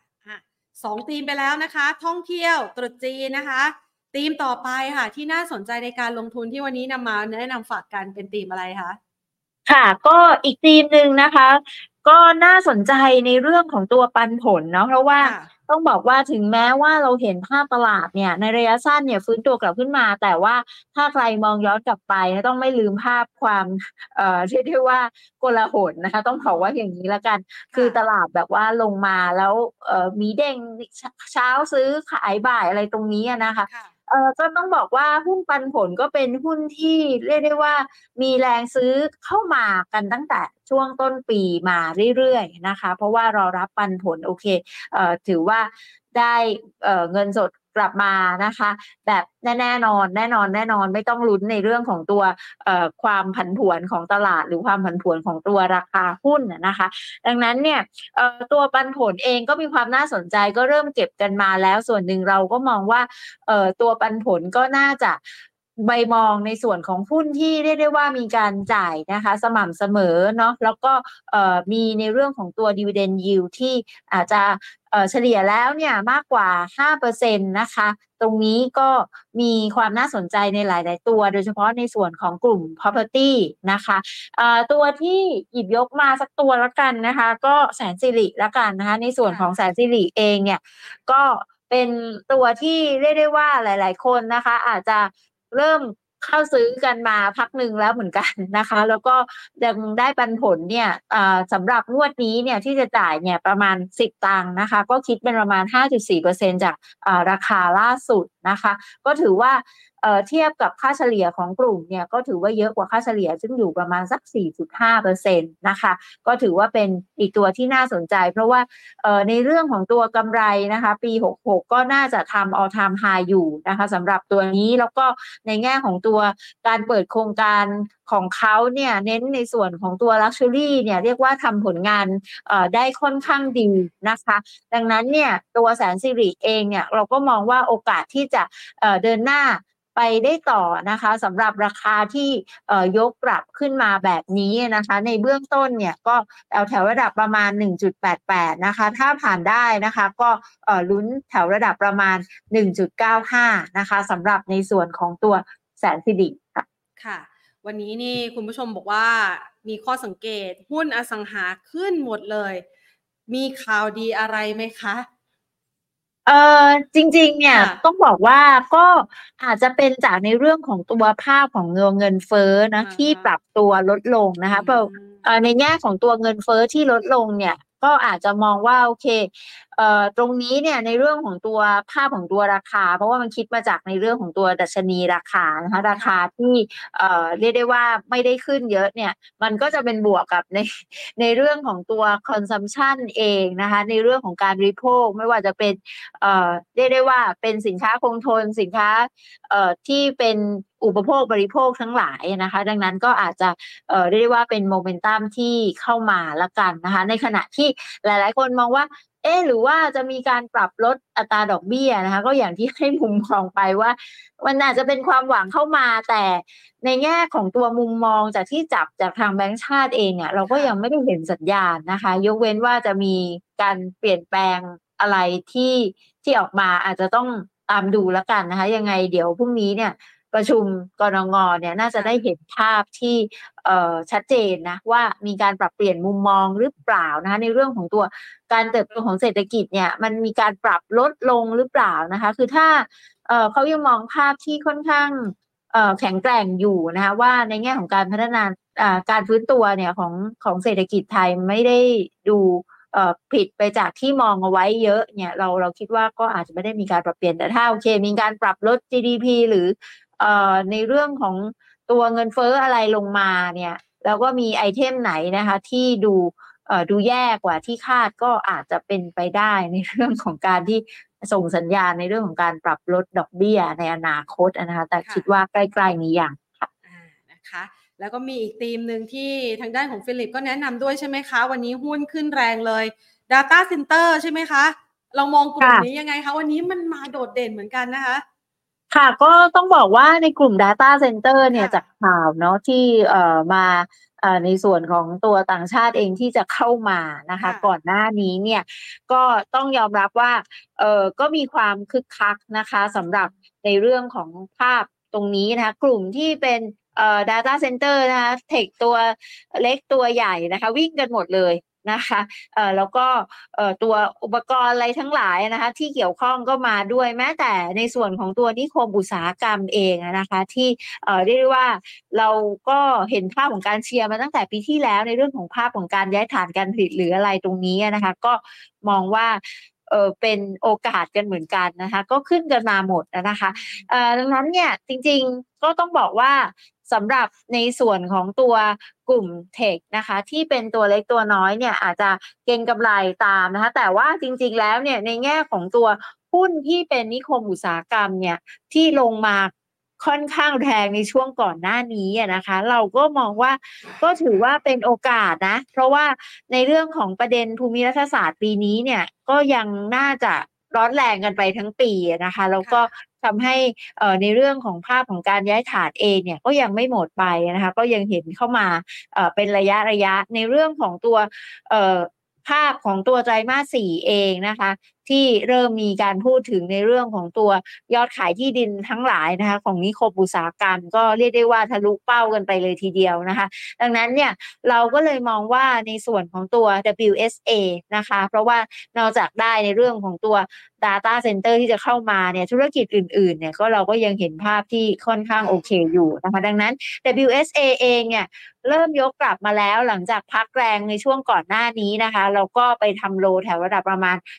2 ธีมไปแล้วนะคะท่องเที่ยวตรุษจีนนะคะธีมต่อไปค่ะที่น่าสนใจในการลงทุนที่วันนี้นำมาแนะนำฝากกันเป็นธีมอะไรคะค่ะก็อีกธีมหนึ่งนะคะก็น่าสนใจในเรื่องของตัวปันผลเนาะเพราะว่าต้องบอกว่าถึงแม้ว่าเราเห็นภาพตลาดเนี่ยในระยะสั้นเนี่ยฟื้นตัวกลับขึ้นมาแต่ว่าถ้าใครมองย้อนกลับไปต้องไม่ลืมภาพความเรียกได้ว่าโกลาหลนะคะต้องบอกว่าอย่างนี้ละกันคือตลาดแบบว่าลงมาแล้วมีเด้งเช้าซื้อขายบ่ายอะไรตรงนี้นะคะก็ต้องบอกว่าหุ้นปันผลก็เป็นหุ้นที่เรียกได้ว่ามีแรงซื้อเข้ามากันตั้งแต่ช่วงต้นปีมาเรื่อยๆนะคะเพราะว่ารอรับปันผลโอเคถือว่าได้เงินสดกลับมานะคะแบบแน่นอนไม่ต้องลุ้นในเรื่องของตัวความผันผวนของตลาดหรือความผันผวนของตัวราคาหุ้นนะคะดังนั้นเนี่ยตัวปันผลเองก็มีความน่าสนใจก็เริ่มเก็บกันมาแล้วส่วนหนึ่งเราก็มองว่าตัวปันผลก็น่าจะใบมองในส่วนของหุ้นที่เรียกได้ว่ามีการจ่ายนะคะสม่ำเสมอเนาะแล้วก็มีในเรื่องของตัว dividend yield ที่อาจจะเฉลี่ยแล้วเนี่ยมากกว่า 5% นะคะตรงนี้ก็มีความน่าสนใจในหลายๆตัวโดยเฉพาะในส่วนของกลุ่ม property นะคะตัวที่หยิบยกมาสักตัวละกันนะคะก็แสนสิริละกันนะคะในส่วนของแสนสิริเองเนี่ยก็เป็นตัวที่เรียกได้ว่าหลายๆคนนะคะอาจจะเริ่มเข้าซื้อกันมาพักหนึ่งแล้วเหมือนกันนะคะแล้วก็ยังได้ปันผลเนี่ยสำหรับงวดนี้เนี่ยที่จะจ่ายเนี่ยประมาณ10 ตังค์นะคะก็คิดเป็นประมาณ 5.4% จากราคาล่าสุดนะคะก็ถือว่าเทียบกับค่าเฉลี่ยของกลุ่มเนี่ยก็ถือว่าเยอะกว่าค่าเฉลี่ยซึ่งอยู่ประมาณสัก 4.5% นะคะก็ถือว่าเป็นอีกตัวที่น่าสนใจเพราะว่าในเรื่องของตัวกำไรนะคะปี66ก็น่าจะทำ all time high อยู่นะคะสำหรับตัวนี้แล้วก็ในแง่ของตัวการเปิดโครงการของเขาเนี่ยเน้นในส่วนของตัว luxury เนี่ยเรียกว่าทำผลงานได้ค่อนข้างดีนะคะดังนั้นเนี่ยตัวแสนสิริเองเนี่ยเราก็มองว่าโอกาสที่จะเดินหน้าไปได้ต่อนะคะสำหรับราคาที่ยกกลับขึ้นมาแบบนี้นะคะในเบื้องต้นเนี่ยก็แถวระดับประมาณ 1.88 นะคะถ้าผ่านได้นะคะก็ลุ้นแถวระดับประมาณ 1.95 นะคะสำหรับในส่วนของตัวแสนสิริค่ะค่ะวันนี้นี่คุณผู้ชมบอกว่ามีข้อสังเกตหุ้นอสังหาขึ้นหมดเลยมีข่าวดีอะไรไหมคะเอ่อจริงๆเนี่ยค่ะต้องบอกว่าก็อาจจะเป็นจากในเรื่องของตัวภาพของเงินเฟ้อนะที่อ่าฮะปรับตัวลดลงนะอืคะเพราะมในแง่ของตัวเงินเฟ้อที่ลดลงเนี่ยก็อาจจะมองว่าโอเคตรงนี้เนี่ยในเรื่องของตัวภาพของตัวราคาเพราะว่ามันคิดมาจากในเรื่องของตัวดัชนีราคานะคะราค่ะคาที่เรียกได้ว่าไม่ได้ขึ้นเยอะเนี่ยมันก็จะเป็นบวกกับในเรื่องของตัว consumption เองนะคะในเรื่องของการบริโภคไม่ว่าจะเป็น เรียกได้ว่าเป็นสินค้าคงทนสินค้าที่เป็นอุปโภคบริโภคทั้งหลายนะคะดังนั้นก็อาจจะเรียกได้ว่าเป็นโมเมนตัมที่เข้ามาละกันนะคะในขณะที่หลายๆคนมองว่าเอ๊ะหรือว่าจะมีการปรับลดอัตราดอกเบี้ยนะคะก็อย่างที่ให้มุมมองไปว่ามันอาจจะเป็นความหวังเข้ามาแต่ในแง่ของตัวมุมมองจากที่จับจากทางแบงก์ชาติเองเนี่ยเราก็ค่ะยังไม่ได้เห็นสัญญาณนะคะยกเว้นว่าจะมีการเปลี่ยนแปลง อะไรที่ออกมาอาจจะต้องตามดูแล้วกันนะคะยังไงเดี๋ยวพรุ่งนี้เนี่ยประชุมกนงเนี่ยน่าจะได้ค่ะเห็นภาพที่ชัดเจนนะว่ามีการปรับเปลี่ยนมุมมองหรือเปล่านะคะในเรื่องของตัวการเติบโตของเศรษฐกิจเนี่ยมันมีการปรับลดลงหรือเปล่านะคะคือถ้าเขายังมองภาพที่ค่อนข้างแข็งแกร่งอยู่นะคะว่าในแง่ของการพัฒนาการฟื้นตัวเนี่ยของเศรษฐกิจไทยไม่ได้ดูผิดไปจากที่มองเอาไว้เยอะเนี่ยเราคิดว่าก็อาจจะไม่ได้มีการปรับเปลี่ยนแต่ถ้าโอเคมีการปรับลด GDP หรือในเรื่องของตัวเงินเฟ้ออะไรลงมาเนี่ยแล้วก็มีไอเทมไหนนะคะที่ดูแย่กว่าที่คาดก็อาจจะเป็นไปได้ในเรื่องของการที่ส่งสัญญาณในเรื่องของการปรับลดดอกเบี้ยในอนาคตนะคะแต่คิค่ะดว่าใกล้ๆนี้อย่างค่ะนะคะแล้วก็มีอีกธีมหนึ่งที่ทางด้านของฟิลิปก็แนะนำด้วยใช่ไหมคะวันนี้หุ้นขึ้นแรงเลย Data Center ใช่ไหมคะเรามองกลุ่มนี้ค่ะยังไงคะวันนี้มันมาโดดเด่นเหมือนกันนะคะค่ะก็ต้องบอกว่าในกลุ่ม Data Center เนี่ยค่ะจากข่าวเนาะที่มาในส่วนของตัวต่างชาติเองที่จะเข้ามานะคะค่ะก่อนหน้านี้เนี่ยก็ต้องยอมรับว่าก็มีความคึกคักนะคะสำหรับในเรื่องของภาพตรงนี้นะคะกลุ่มที่เป็นData Center นะคะเทคตัวเล็กตัวใหญ่นะคะวิ่งกันหมดเลยนะคะแล้วก็ตัวอุปกรณ์อะไรทั้งหลายนะคะที่เกี่ยวข้องก็มาด้วยแม้แต่ในส่วนของตัวนิคมอุตสาหกรรมเองนะคะที่เรียกได้ว่าเราก็เห็นภาพของการเชียร์มาตั้งแต่ปีที่แล้วในเรื่องของภาพของการย้ายฐานการผลิตหรืออะไรตรงนี้นะคะก็มองว่าเป็นโอกาสกันเหมือนกันนะคะก็ขึ้นกันมาหมดนะคะดังนั้นเนี่ยจริงๆก็ต้องบอกว่าสำหรับในส่วนของตัวกลุ่มเทคนะคะที่เป็นตัวเล็กตัวน้อยเนี่ยอาจจะเก็งกำไรตามนะคะแต่ว่าจริงๆแล้วเนี่ยในแง่ของตัวหุ้นที่เป็นนิคมอุตสาหกรรมเนี่ยที่ลงมาค่อนข้างแรงในช่วงก่อนหน้านี้นะคะเราก็มองว่าก็ถือว่าเป็นโอกาสนะเพราะว่าในเรื่องของประเด็นภูมิรัฐศาสตร์ปีนี้เนี่ยก็ยังน่าจะร้อนแรงกันไปทั้งปีนะคะแล้วก็ค่ะทำให้ในเรื่องของภาพของการย้ายฐานเองเนี่ยก็ยังไม่หมดไปนะคะก็ยังเห็นเข้ามาเป็นระยะในเรื่องของตัวเอ่อภาพของตัวไตรมาสสี่เองนะคะที่เริ่มมีการพูดถึงในเรื่องของตัวยอดขายที่ดินทั้งหลายนะคะของนิคมอุตสาหกรรมก็เรียกได้ว่าทะลุเป้ากันไปเลยทีเดียวนะคะดังนั้นเนี่ยเราก็เลยมองว่าในส่วนของตัว WSA นะคะเพราะว่านอกจากได้ในเรื่องของตัว Data Center ที่จะเข้ามาเนี่ยธุรกิจอื่นๆเนี่ยก็เราก็ยังเห็นภาพที่ค่อนข้างโอเคอยู่นะคะดังนั้น WSA เองเนี่ยเริ่มยกกลับมาแล้วหลังจากพักแรงในช่วงก่อนหน้านี้นะคะเราก็ไปทำโลแถวระดับประมาณ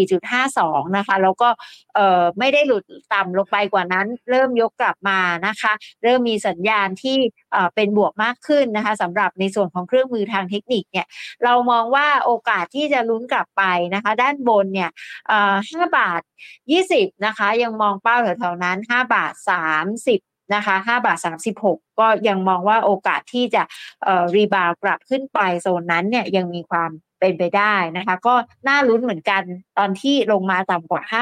4.52นะคะแล้วก็ไม่ได้หลุดต่ำลงไปกว่านั้นเริ่มยกกลับมานะคะเริ่มมีสัญญาณที่เป็นบวกมากขึ้นนะคะสำหรับในส่วนของเครื่องมือทางเทคนิคเนี่ยเรามองว่าโอกาสที่จะลุ้นกลับไปนะคะด้านบนเนี่ย5บาท20นะคะยังมองเป้าแถวๆนั้น5บาท30นะคะ5บาท36ก็ยังมองว่าโอกาสที่จะรีบาวกลับขึ้นไปโซนนั้นเนี่ยยังมีความเป็นไปได้นะคะก็น่าลุ้นเหมือนกันตอนที่ลงมาต่ำกว่า5บาท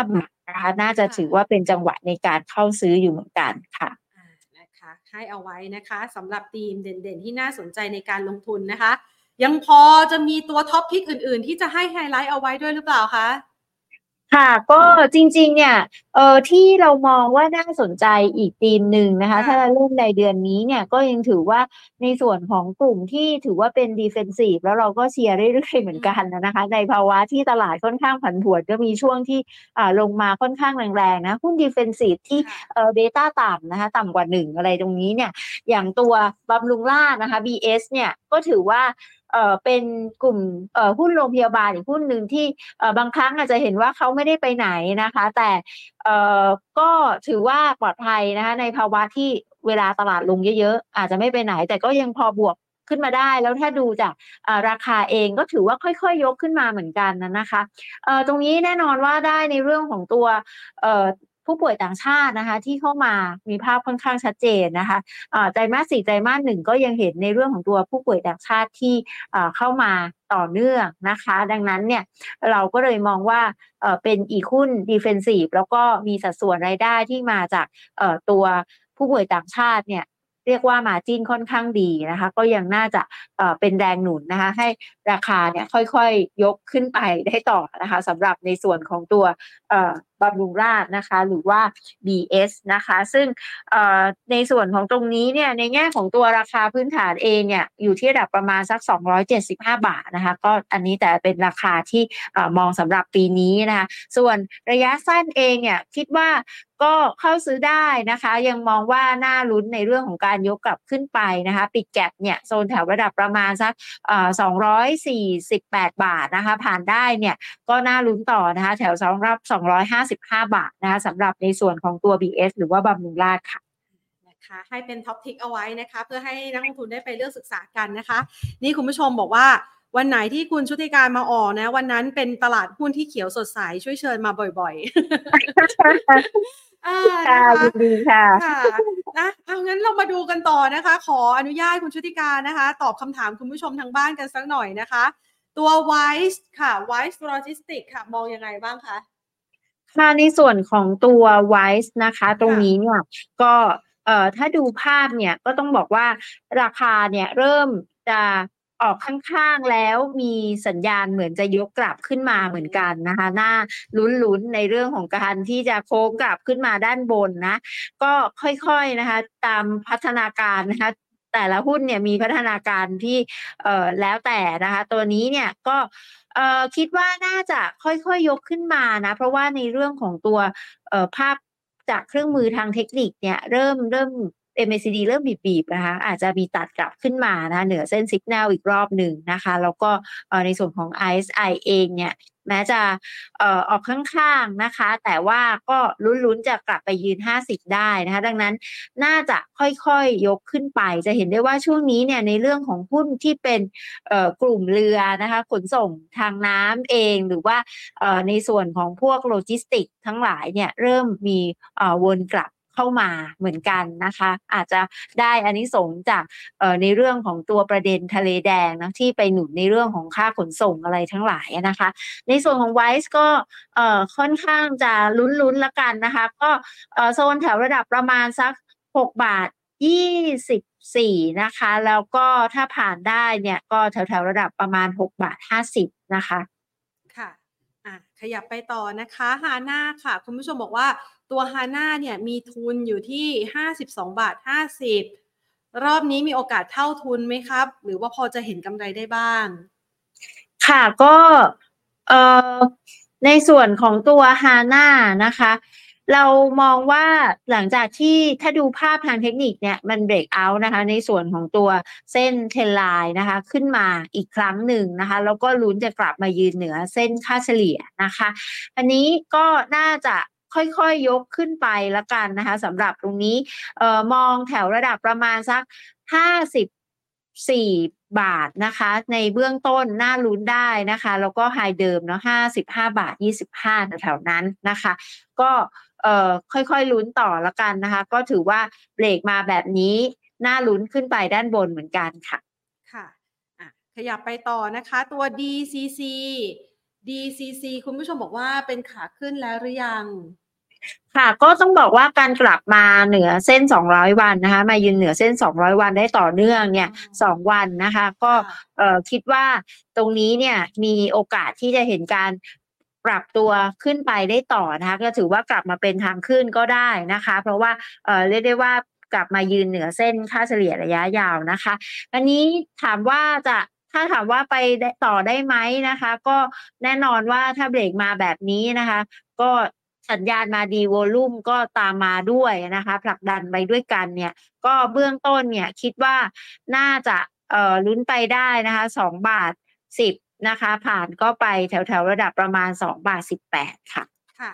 นะคะน่าจะถือค่ะว่าเป็นจังหวะในการเข้าซื้ออยู่เหมือนกันค่ะนะคะให้เอาไว้นะคะสำหรับธีมเด่นๆที่น่าสนใจในการลงทุนนะคะยังพอจะมีตัวท็อปพิกอื่นๆที่จะให้ไฮไลท์เอาไว้ด้วยหรือเปล่าคะค่ะก็จริงๆเนี่ยที่เรามองว่าน่าสนใจอีกธีมหนึ่งนะคะค่ะถ้าเราเริ่มในเดือนนี้เนี่ยก็ยังถือว่าในส่วนของกลุ่มที่ถือว่าเป็น defensive แล้วเราก็เชียร์เรื่อยๆเหมือนอืมกันนะคะในภาวะที่ตลาดค่อนข้างผันผวนก็มีช่วงที่ลงมาค่อนข้างแรงๆนะหุ้น defensive ที่ค่ะเบต้าต่ำนะคะต่ำกว่า1อะไรตรงนี้เนี่ยอย่างตัวบำรุงราษฎร์นะคะ BS เนี่ยก็ถือว่าเป็นกลุ่มหุ้นโรงพยาบาลอีกหุ้นหนึ่งที่บางครั้งอาจจะเห็นว่าเขาไม่ได้ไปไหนนะคะแต่เอ่อก็ถือว่าปลอดภัยนะคะในภาวะที่เวลาตลาดลงเยอะๆอาจจะไม่ไปไหนแต่ก็ยังพอบวกขึ้นมาได้แล้วถ้าดูจากราคาเองก็ถือว่าค่อยๆยกขึ้นมาเหมือนกันนะคะตรงนี้แน่นอนว่าได้ในเรื่องของตัวเอ่อผู้ป่วยต่างชาตินะคะที่เข้ามามีภาพค่อนข้างชัดเจนนะคะไตรมาส4ไตรมาส1ก็ยังเห็นในเรื่องของตัวผู้ป่วยต่างชาติที่เข้ามาต่อเนื่องนะคะดังนั้นเนี่ยเราก็เลยมองว่าเป็นอีกหุ้น defensive แล้วก็มีสัดส่วนรายได้ที่มาจากตัวผู้ป่วยต่างชาติเนี่ยเรียกว่า margin ค่อนข้างดีนะคะก็ยังน่าจะเป็นแรงหนุนนะคะให้ราคาเนี่ยค่อยๆยกขึ้นไปได้ต่อนะคะสำหรับในส่วนของตัวบำรุงราษฎร์นะคะหรือว่า BS นะคะซึ่งในส่วนของตรงนี้เนี่ยในแง่ของตัวราคาพื้นฐานเองเนี่ยอยู่ที่ระดับประมาณสัก275 บาทนะคะก็อันนี้แต่เป็นราคาที่มองสำหรับปีนี้นะคะส่วนระยะสั้นเองเนี่ยคิดว่าก็เข้าซื้อได้นะคะยังมองว่าน่าลุ้นในเรื่องของการยกกลับขึ้นไปนะคะปิดแก็ปเนี่ยโซนแถวระดับประมาณสัก248 บาทนะคะผ่านได้เนี่ยก็น่าลุ้นต่อนะคะแถวสำหรับ255 บาทนะคะสำหรับในส่วนของตัว BS หรือว่าบำรุงราษฎร์ค่ะนะคะให้เป็นท็อปทิกเอาไว้นะคะเพื่อให้นักลงทุนได้ไปเลือกศึกษากันนะคะนี่คุณผู้ชมบอกว่าวันไหนที่คุณชุติการมาออกนะวันนั้นเป็นตลาดหุ้นที่เขียวสดใสช่วยเชิญมาบ่อยๆค่ะนะคะยินดีค่ะค่ะนะเอางั้นเรามาดูกันต่อนะคะขออนุญาตคุณชุติการนะคะตอบคำถามคุณผู้ชมทางบ้านกันสักหน่อยนะคะตัว Wise ค่ะ Wise Logistics ค่ะมองยังไงบ้างคะค่ะในส่วนของตัว WISE นะคะตรงค่ะนี้เนี่ยก็ถ้าดูภาพเนี่ยก็ต้องบอกว่าราคาเนี่ยเริ่มจะออกข้างๆแล้วมีสัญญาณเหมือนจะยกกลับขึ้นมาเหมือนกันนะคะน่าลุ้นๆในเรื่องของการที่จะโค้งกลับขึ้นมาด้านบนนะก็ค่อยๆนะคะตามพัฒนาการนะคะแต่ละหุ้นเนี่ยมีพัฒนาการที่แล้วแต่นะคะตัวนี้เนี่ยก็คิดว่าน่าจะค่อยๆยกขึ้นมานะเพราะว่าในเรื่องของตัวภาพจากเครื่องมือทางเทคนิคเนี่ยเริ่ม MACD เริ่มบีบๆนะคะอาจจะมีตัดกลับขึ้นมานะเหนือเส้น Signal อีกรอบหนึ่งนะคะแล้วก็ในส่วนของ RSI เองเนี่ยแม้จะออกข้างๆนะคะแต่ว่าก็ลุ้นๆจะกลับไปยืน50ได้นะคะดังนั้นน่าจะค่อยๆยกขึ้นไปจะเห็นได้ว่าช่วงนี้เนี่ยในเรื่องของหุ้นที่เป็นกลุ่มเรือนะคะขนส่งทางน้ำเองหรือว่าในส่วนของพวกโลจิสติกทั้งหลายเนี่ยเริ่มมีวนกลับเข้ามาเหมือนกันนะคะอาจจะได้อานิสงส์จากในเรื่องของตัวประเด็นทะเลแดงนะที่ไปหนุนในเรื่องของค่าขนส่งอะไรทั้งหลายนะคะในส่วนของไวซ์ก็ค่อนข้างจะลุ้นๆละกันนะคะก็โซนแถวระดับประมาณสัก6 บาท 24นะคะแล้วก็ถ้าผ่านได้เนี่ยก็แถวๆระดับประมาณ6 บาท 50นะคะค่ะขยับไปต่อนะคะฮาน่าค่ะคุณผู้ชมบอกว่าตัวฮาน่าเนี่ยมีทุนอยู่ที่52.50 บาทรอบนี้มีโอกาสเท่าทุนไหมครับหรือว่าพอจะเห็นกำไรได้บ้างค่ะก็เอ่อในส่วนของตัวฮาน่านะคะเรามองว่าหลังจากที่ถ้าดูภาพทางเทคนิคเนี่ยมันเบรกเอาท์นะคะในส่วนของตัวเส้นเทรนไลน์นะคะขึ้นมาอีกครั้งหนึ่งนะคะแล้วก็ลุ้นจะกลับมายืนเหนือเส้นค่าเฉลี่ยนะคะอันนี้ก็น่าจะค่อยๆยกขึ้นไปละกันนะคะสำหรับตรงนี้มองแถวระดับประมาณสัก54 บาทนะคะในเบื้องต้นน่าลุ้นได้นะคะแล้วก็ไฮเดิมเนาะ55.25 บาทแถวๆนั้นนะคะก็ค่อยๆลุ้นต่อละกันนะคะก็ถือว่าเบรกมาแบบนี้น่าลุ้นขึ้นไปด้านบนเหมือนกันค่ะค่ะขยับไปต่อนะคะตัว DCC DCC คุณผู้ชมบอกว่าเป็นขาขึ้นแล้วหรือยังค่ะก็ต้องบอกว่าการกลับมาเหนือเส้น200วันนะคะมายืนเหนือเส้น200วันได้ต่อเนื่องเนี่ย2วันนะคะก็ค่ะคิดว่าตรงนี้เนี่ยมีโอกาสที่จะเห็นการปรับตัวขึ้นไปได้ต่อนะคะก็ถือว่ากลับมาเป็นทางขึ้นก็ได้นะคะเพราะว่าเรียกได้ว่ากลับมายืนเหนือเส้นค่าเฉลี่ยระยะยาวนะคะอันนี้ถามว่าจะถ้าถามว่าไปได้ต่อได้ไหมนะคะก็แน่นอนว่าถ้าเบรกมาแบบนี้นะคะก็สัญญาณมาดีวอลลุ่มก็ตามมาด้วยนะคะผลักดันไปด้วยกันเนี่ยก็เบื้องต้นเนี่ยคิดว่าน่าจะลุ้นไปได้นะคะ2.10 บาทนะคะผ่านก็ไปแถวๆระดับประมาณ2.18 บาทค่ะค่ะ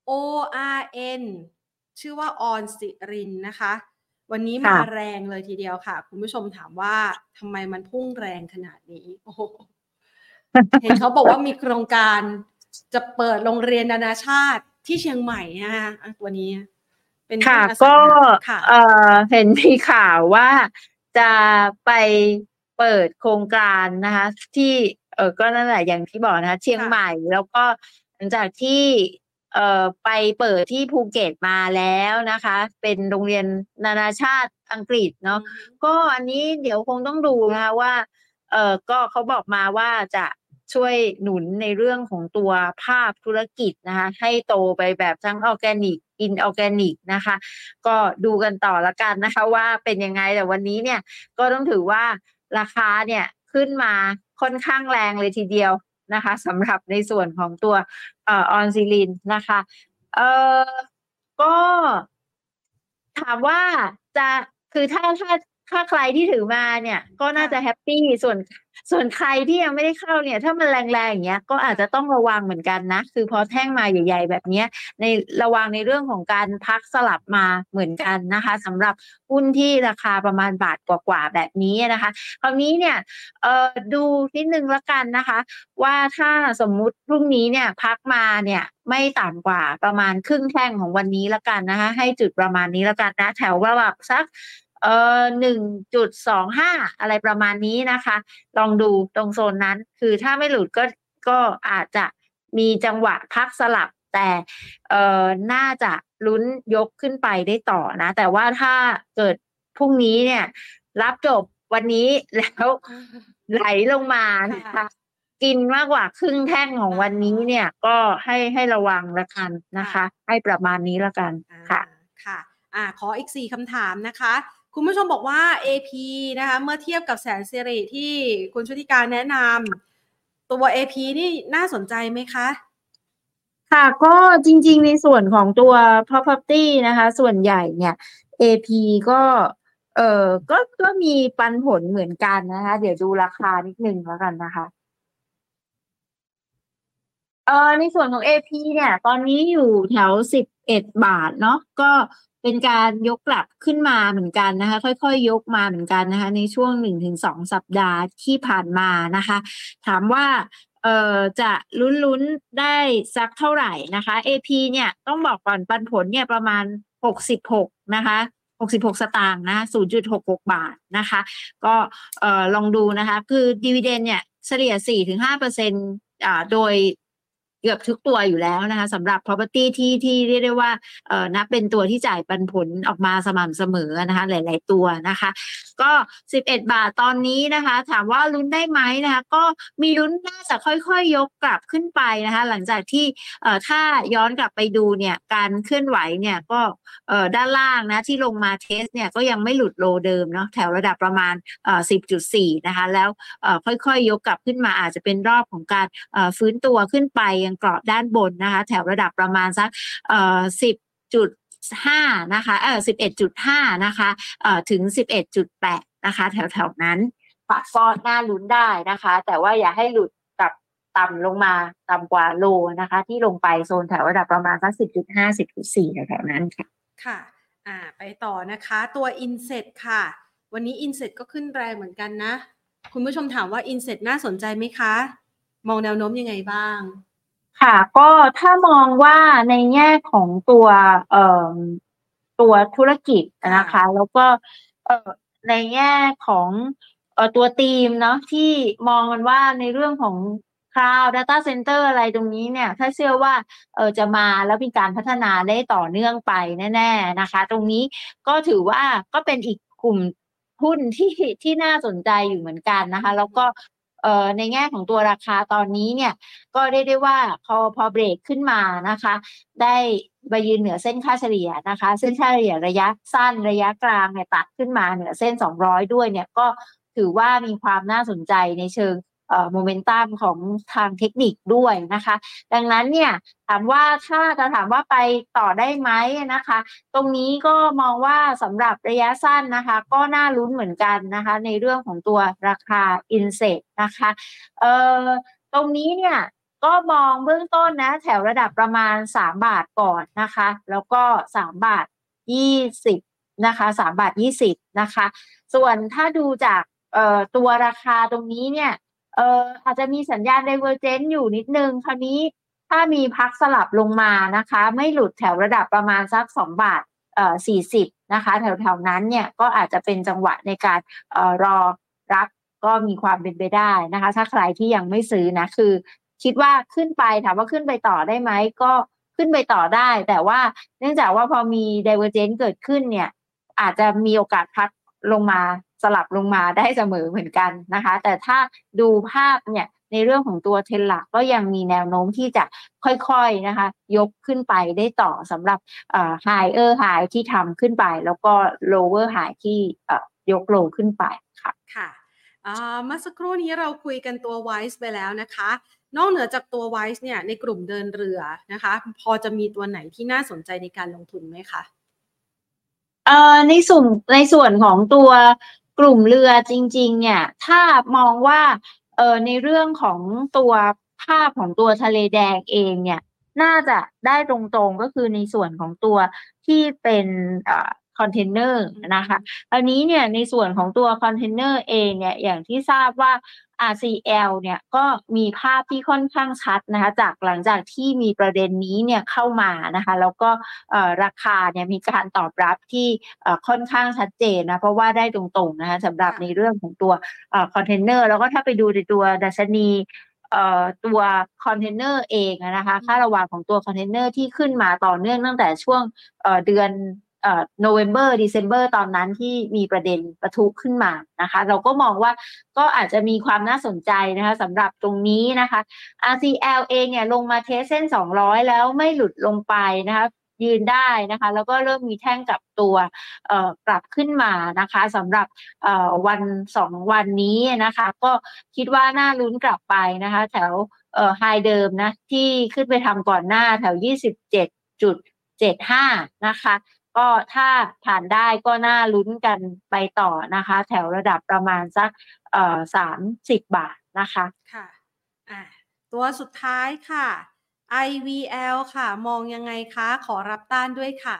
ORN ชื่อว่าออนสิรินนะคะวันนี้มาแรงเลยทีเดียวค่ะคุณผู้ชมถามว่าทำไมมันพุ่งแรงขนาดนี้โอ้โหเห็นเขาบอกว่ามีโครงการจะเปิดโรงเรียนนานาชาติที่เชียงใหม่นะคะตัวนี้เป็นค่ะหุ้นอสัก็งหาค่ะเห็นมีข่าวว่าจะไปเปิดโครงการนะคะที่ก็นั่นแหละอย่างที่บอกนะคะเชียงค่ะใหม่แล้วก็หลังจากที่ไปเปิดที่ภูเก็ตมาแล้วนะคะเป็นโรงเรียนนานาชาติอังกฤษเนาะก็อันนี้เดี๋ยวคงต้องดูนะคะว่าก็เขาบอกมาว่าจะช่วยหนุนในเรื่องของตัวภาพธุรกิจนะคะให้โตไปแบบทั้งออร์แกนิกอินออร์แกนิกนะคะก็ดูกันต่อละกันนะคะว่าเป็นยังไงแต่วันนี้เนี่ยก็ต้องถือว่าราคาเนี่ยขึ้นมาค่อนข้างแรงเลยทีเดียวนะคะสำหรับในส่วนของตัวออนซิลินนะคะเอ่อก็ถามว่าจะคือถ้าใครที่ถือมาเนี่ยก็น่าจะแฮปปี้ส่วนใครที่ยังไม่ได้เข้าเนี่ยถ้ามันแรงๆอย่างเงี้ยก็อาจจะต้องระวังเหมือนกันนะคือพอแท่งมาใหญ่ๆแบบเนี้ยในระวังในเรื่องของการพักสลับมาเหมือนกันนะคะสำหรับหุ้นที่ราคาประมาณบาทกว่าๆแบบนี้นะคะคราวนี้เนี่ยดูนิดนึงละกันนะคะว่าถ้าสมมุติพรุ่งนี้เนี่ยพักมาเนี่ยไม่ต่ำกว่าประมาณครึ่งแท่งของวันนี้ละกันนะคะให้จุดประมาณนี้ละกันนะแถวระดับสัก1.25อะไรประมาณนี้นะคะลองดูตรงโซนนั้นคือถ้าไม่หลุดก็อาจจะมีจังหวะพักสลับแต่น่าจะลุ้นยกขึ้นไปได้ต่อนะแต่ว่าถ้าเกิดพรุ่งนี้เนี่ยรับจบวันนี้แล้วไหลลงมานะคะกินมากกว่าครึ่งแท่งของวันนี้เนี่ยก็ให้ระวังละกันนะคะให้ประมาณนี้ละกันค่ะค่ะขออีก4คำถามนะคะคุณผู้ชมบอกว่า AP นะคะเมื่อเทียบกับแสนสิริที่คุณชุติการแนะนำตัว AP นี่น่าสนใจไหมคะค่ะก็จริงๆในส่วนของตัว property นะคะส่วนใหญ่เนี่ย AP ก็ก็มีปันผลเหมือนกันนะคะเดี๋ยวดูราคานิดนึงแล้วกันนะคะในส่วนของ AP เนี่ยตอนนี้อยู่แถว11 บาทเนาะก็เป็นการยกกลับขึ้นมาเหมือนกันนะคะค่อยๆยกมาเหมือนกันนะคะในช่วง1 ถึง 2 สัปดาห์ที่ผ่านมานะคะถามว่าจะลุ้นๆได้สักเท่าไหร่นะคะ AP เนี่ยต้องบอกก่อนปันผลเนี่ยประมาณ66นะคะ66 สตางค์นะ0.66 บาทนะคะก็ลองดูนะคะคือดิวิเดนเนี่ยเฉลี่ย4-5%โดยเกือบทุกตัวอยู่แล้วนะคะสำหรับ property ที่เรียกได้ว่านับเป็นตัวที่จ่ายปันผลออกมาสม่ำเสมอนะคะหลายๆตัวนะคะก็11 บาทตอนนี้นะคะถามว่าลุ้นได้ไหมนะคะก็มีลุ้นน่าจะค่อยๆยกกลับขึ้นไปนะคะหลังจากที่ถ้าย้อนกลับไปดูเนี่ยการเคลื่อนไหวเนี่ยก็ด้านล่างนะที่ลงมาเทสเนี่ยก็ยังไม่หลุดโลเดิมเนาะแถวระดับประมาณ10.4นะคะแล้วค่อยๆยกกลับขึ้นมาอาจจะเป็นรอบของการฟื้นตัวขึ้นไปยังกรอบด้านบนนะคะแถวระดับประมาณสัก10.5นะคะ11.5นะคะถึง11.8นะคะแถวๆนั้นก็น่าลุ้นได้นะคะแต่ว่าอย่าให้หลุดกับต่ำลงมาต่ำกว่าโลนะคะที่ลงไปโซนแถวระดับประมาณสัก10.5 10.4แถวๆนั้นค่ะค่ะไปต่อนะคะตัว Inset ค่ะวันนี้ Inset ก็ขึ้นแรงเหมือนกันนะคุณผู้ชมถามว่า Inset น่าสนใจไหมคะมองแนวโน้มยังไงบ้างค่ะก็ถ้ามองว่าในแง่ของตัวธุรกิจนะคะแล้วก็ในแง่ของตัวธีมเนาะที่มองกันว่าในเรื่องของ Cloud Data Center อะไรตรงนี้เนี่ยถ้าเชื่อว่าจะมาแล้วมีการพัฒนาได้ต่อเนื่องไปแน่ๆนะคะตรงนี้ก็ถือว่าก็เป็นอีกกลุ่มหุ้นที่น่าสนใจอยู่เหมือนกันนะคะแล้วก็ในแง่ของตัวราคาตอนนี้เนี่ยก็เรียกได้ว่าพอเบรกขึ้นมานะคะได้ไปยืนเหนือเส้นค่าเฉลี่ยนะคะเส้นค่าเฉลี่ยระยะสั้นระยะกลางเนี่ยตัดขึ้นมาเหนือเส้น200ด้วยเนี่ยก็ถือว่ามีความน่าสนใจในเชิงโมเมนตัมของทางเทคนิคด้วยนะคะดังนั้นเนี่ยถามว่าถ้าจะถามว่าไปต่อได้ไหมนะคะตรงนี้ก็มองว่าสำหรับระยะสั้นนะคะก็น่าลุ้นเหมือนกันนะคะในเรื่องของตัวราคาอินเซ็ตนะคะเอ่อตรงนี้เนี่ยก็มองเบื้องต้นนะแถวระดับประมาณ3บาทก่อนนะคะแล้วก็3บาท20นะคะ3บาท20นะคะส่วนถ้าดูจากตัวราคาตรงนี้เนี่ยอาจจะมีสัญญาณ Divergence อยู่นิดนึงคราวนี้ถ้ามีพักสลับลงมานะคะไม่หลุดแถวระดับประมาณสัก2บาท40นะคะแถวๆนั้นเนี่ยก็อาจจะเป็นจังหวะในการรอรับก็มีความเป็นไปได้นะคะถ้าใครที่ยังไม่ซื้อนะคือคิดว่าขึ้นไปถามว่าขึ้นไปต่อได้ไหมก็ขึ้นไปต่อได้แต่ว่าเนื่องจากว่าพอมี Divergence เกิดขึ้นเนี่ยอาจจะมีโอกาสพักลงมาสลับลงมาได้เสมอเหมือนกันนะคะแต่ถ้าดูภาพเนี่ยในเรื่องของตัวเทรนหลักก็ยังมีแนวโน้มที่จะค่อยๆนะคะยกขึ้นไปได้ต่อสำหรับhigher high ที่ทำขึ้นไปแล้วก็ lower high ที่ยกโลขึ้นไปค่ะค่ะเมื่อสักครู่นี้เราคุยกันตัว WISE ไปแล้วนะคะนอกเหนือจากตัว WISE เนี่ยในกลุ่มเดินเรือนะคะพอจะมีตัวไหนที่น่าสนใจในการลงทุนไหมคะในส่วนของตัวกลุ่มเรือจริงๆเนี่ยถ้ามองว่าในเรื่องของตัวภาพของตัวทะเลแดงเองเนี่ยน่าจะได้ตรงๆก็คือในส่วนของตัวที่เป็นคอนเทนเนอร์นะคะอันนี้เนี่ยในส่วนของตัวคอนเทนเนอร์เองเนี่ยอย่างที่ทราบว่า RCL เนี่ยก็มีภาพที่ค่อนข้างชัดนะคะจากหลังจากที่มีประเด็นนี้เนี่ยเข้ามานะคะแล้วก็ราคาเนี่ยมีการตอบรับที่ค่อนข้างชัดเจนนะเพราะว่าได้ตรงๆนะคะสำหรับในเรื่องของตัวคอนเทนเนอร์แล้วก็ถ้าไปดูในตัวดัชนีตัวคอนเทนเนอร์เองนะคะค่าระหว่างของตัวคอนเทนเนอร์ที่ขึ้นมาต่อเนื่องตั้งแต่ช่วงเดือนNovember December ตอนนั้นที่มีประเด็นปะทุขึ้นมานะคะเราก็มองว่าก็อาจจะมีความน่าสนใจนะคะสำหรับตรงนี้นะคะ RCL เองเนี่ยลงมาเทสเส้น200แล้วไม่หลุดลงไปนะคะยืนได้นะคะแล้วก็เริ่มมีแท่งกลับตัวกลับขึ้นมานะคะสำหรับวัน2 วันนี้นะคะก็คิดว่าน่าลุ้นกลับไปนะคะแถวไฮเดิมนะที่ขึ้นไปทำก่อนหน้าแถว27.75นะคะก็ถ้าผ่านได้ก็น่าลุ้นกันไปต่อนะคะแถวระดับประมาณสัก30 บาทนะคะค่ะอ่าตัวสุดท้ายค่ะ IVL ค่ะมองยังไงคะขอรับต้านด้วยค่ะ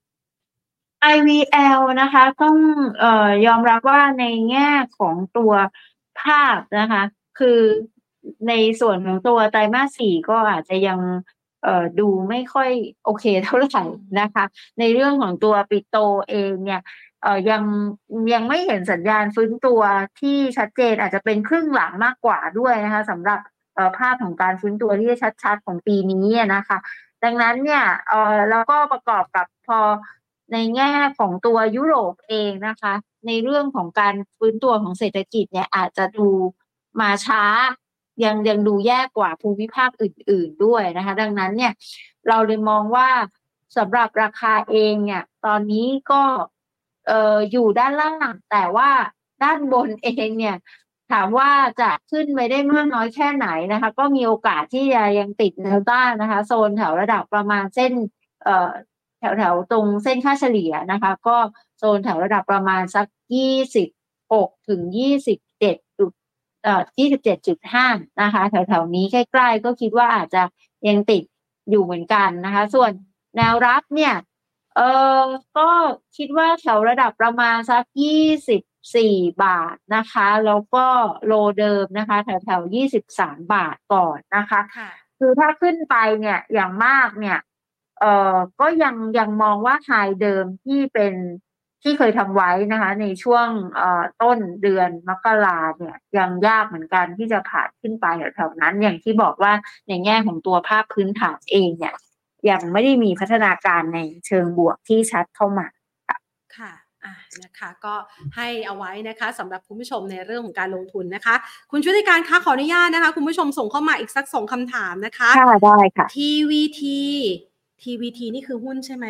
IVL นะคะต้องยอมรับว่าในแง่ของตัวภาพนะคะคือในส่วนของตัวไตรมาส4ก็อาจจะยังดูไม่ค่อยโอเคเท่าไหร่นะคะในเรื่องของตัวปิโตรเองเนี่ยยังไม่เห็นสัญญาณฟื้นตัวที่ชัดเจนอาจจะเป็นครึ่งหลังมากกว่าด้วยนะคะสำหรับภาพของการฟื้นตัวที่ชัดๆของปีนี้นะคะดังนั้นเนี่ยแล้วก็ประกอบกับพอในแง่ของตัวยุโรปเองนะคะในเรื่องของการฟื้นตัวของเศรษฐกิจเนี่ยอาจจะดูมาช้ายังดูแย่กว่าภูมิภาคอื่นๆด้วยนะคะดังนั้นเนี่ยเราเลยมองว่าสำหรับราคาเองเนี่ยตอนนี้ก็อยู่ด้านล่างแต่ว่าด้านบนเองเนี่ยถามว่าจะขึ้นไปได้มากน้อยแค่ไหนนะคะก็มีโอกาสที่จะยังติดแนวต้านนะคะโซนแถวระดับประมาณเส้นแถวตรงเส้นค่าเฉลี่ยนะคะก็โซนแถวระดับประมาณสัก26ถึง27จุด27.5นะคะแถวๆนี้ใกล้ๆก็คิดว่าอาจจะยังติดอยู่เหมือนกันนะคะส่วนแนวรับเนี่ยเออก็คิดว่าแถวระดับประมาณสัก24 บาทนะคะแล้วก็โลเดิมนะคะแถว23 บาทก่อนนะคะคือถ้าขึ้นไปเนี่ยอย่างมากเนี่ยก็ยังมองว่าไฮเดิมที่เป็นที่เคยทำไว้นะคะในช่วงต้นเดือนมกราเนี่ยยังยากเหมือนกันที่จะผ่านขึ้นไปแถวๆนั้นอย่างที่บอกว่าในแง่ของตัวภาพพื้นฐานเองเนี่ยยังไม่ได้มีพัฒนาการในเชิงบวกที่ชัดเข้ามาค่ะค่ะนะคะก็ให้เอาไว้นะคะสำหรับคุณผู้ชมในเรื่องของการลงทุนนะคะคุณชุติการคะขออนุญาตนะคะคุณผู้ชมส่งเข้ามาอีกสัก2คำถามนะคะค่ะได้ค่ะ TVT TVT นี่คือหุ้นใช่ไหม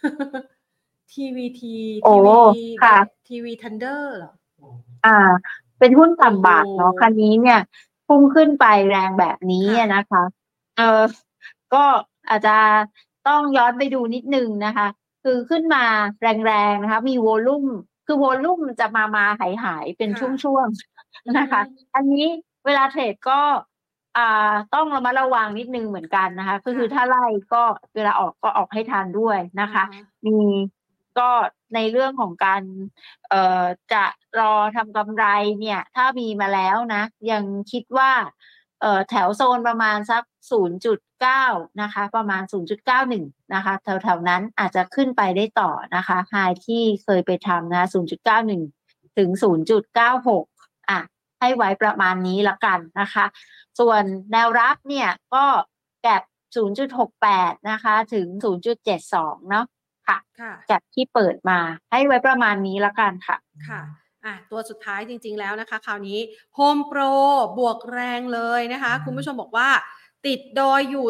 TVT โอ้ TV ค่ะ TV Thunder เหรออ่าเป็นหุ้นโอ้โหต่ำบาทเนาะคันนี้เนี่ยพุ่งขึ้นไปแรงแบบนี้ค่ะนะคะเออก็อาจจะต้องย้อนไปดูนิดนึงนะคะคือขึ้นมาแรงๆนะคะมีโวลุ่มคือโวลุ่มจะมาหายเป็นค่ะช่วงอืๆอนะฮึคะอันนี้เวลาเทรดก็ต้องระมัดระวังนิดนึงเหมือนกันนะคะก็คืค่ะอถ้าไล่ก็เวลาออกก็ออกให้ทันด้วยนะคะอ่าฮะมีก็ในเรื่องของการจะรอทำกำไรเนี่ยถ้ามีมาแล้วนะยังคิดว่าแถวโซนประมาณสัก0.9นะคะประมาณ0.91นะคะแถวๆนั้นอาจจะขึ้นไปได้ต่อนะคะไฮที่เคยไปทำนะ0.91ถึง0.96อ่ะให้ไว้ประมาณนี้ละกันนะคะส่วนแนวรับเนี่ยก็แก็บ0.68นะคะถึง0.72เนาะค่ะค่ะจากที่เปิดมาให้ไว้ประมาณนี้ละกันค่ะค่ะตัวสุดท้ายจริงๆแล้วนะคะคราวนี้ Home Pro บวกแรงเลยนะคะคุณผู้ชมบอกว่าติดดอยอยู่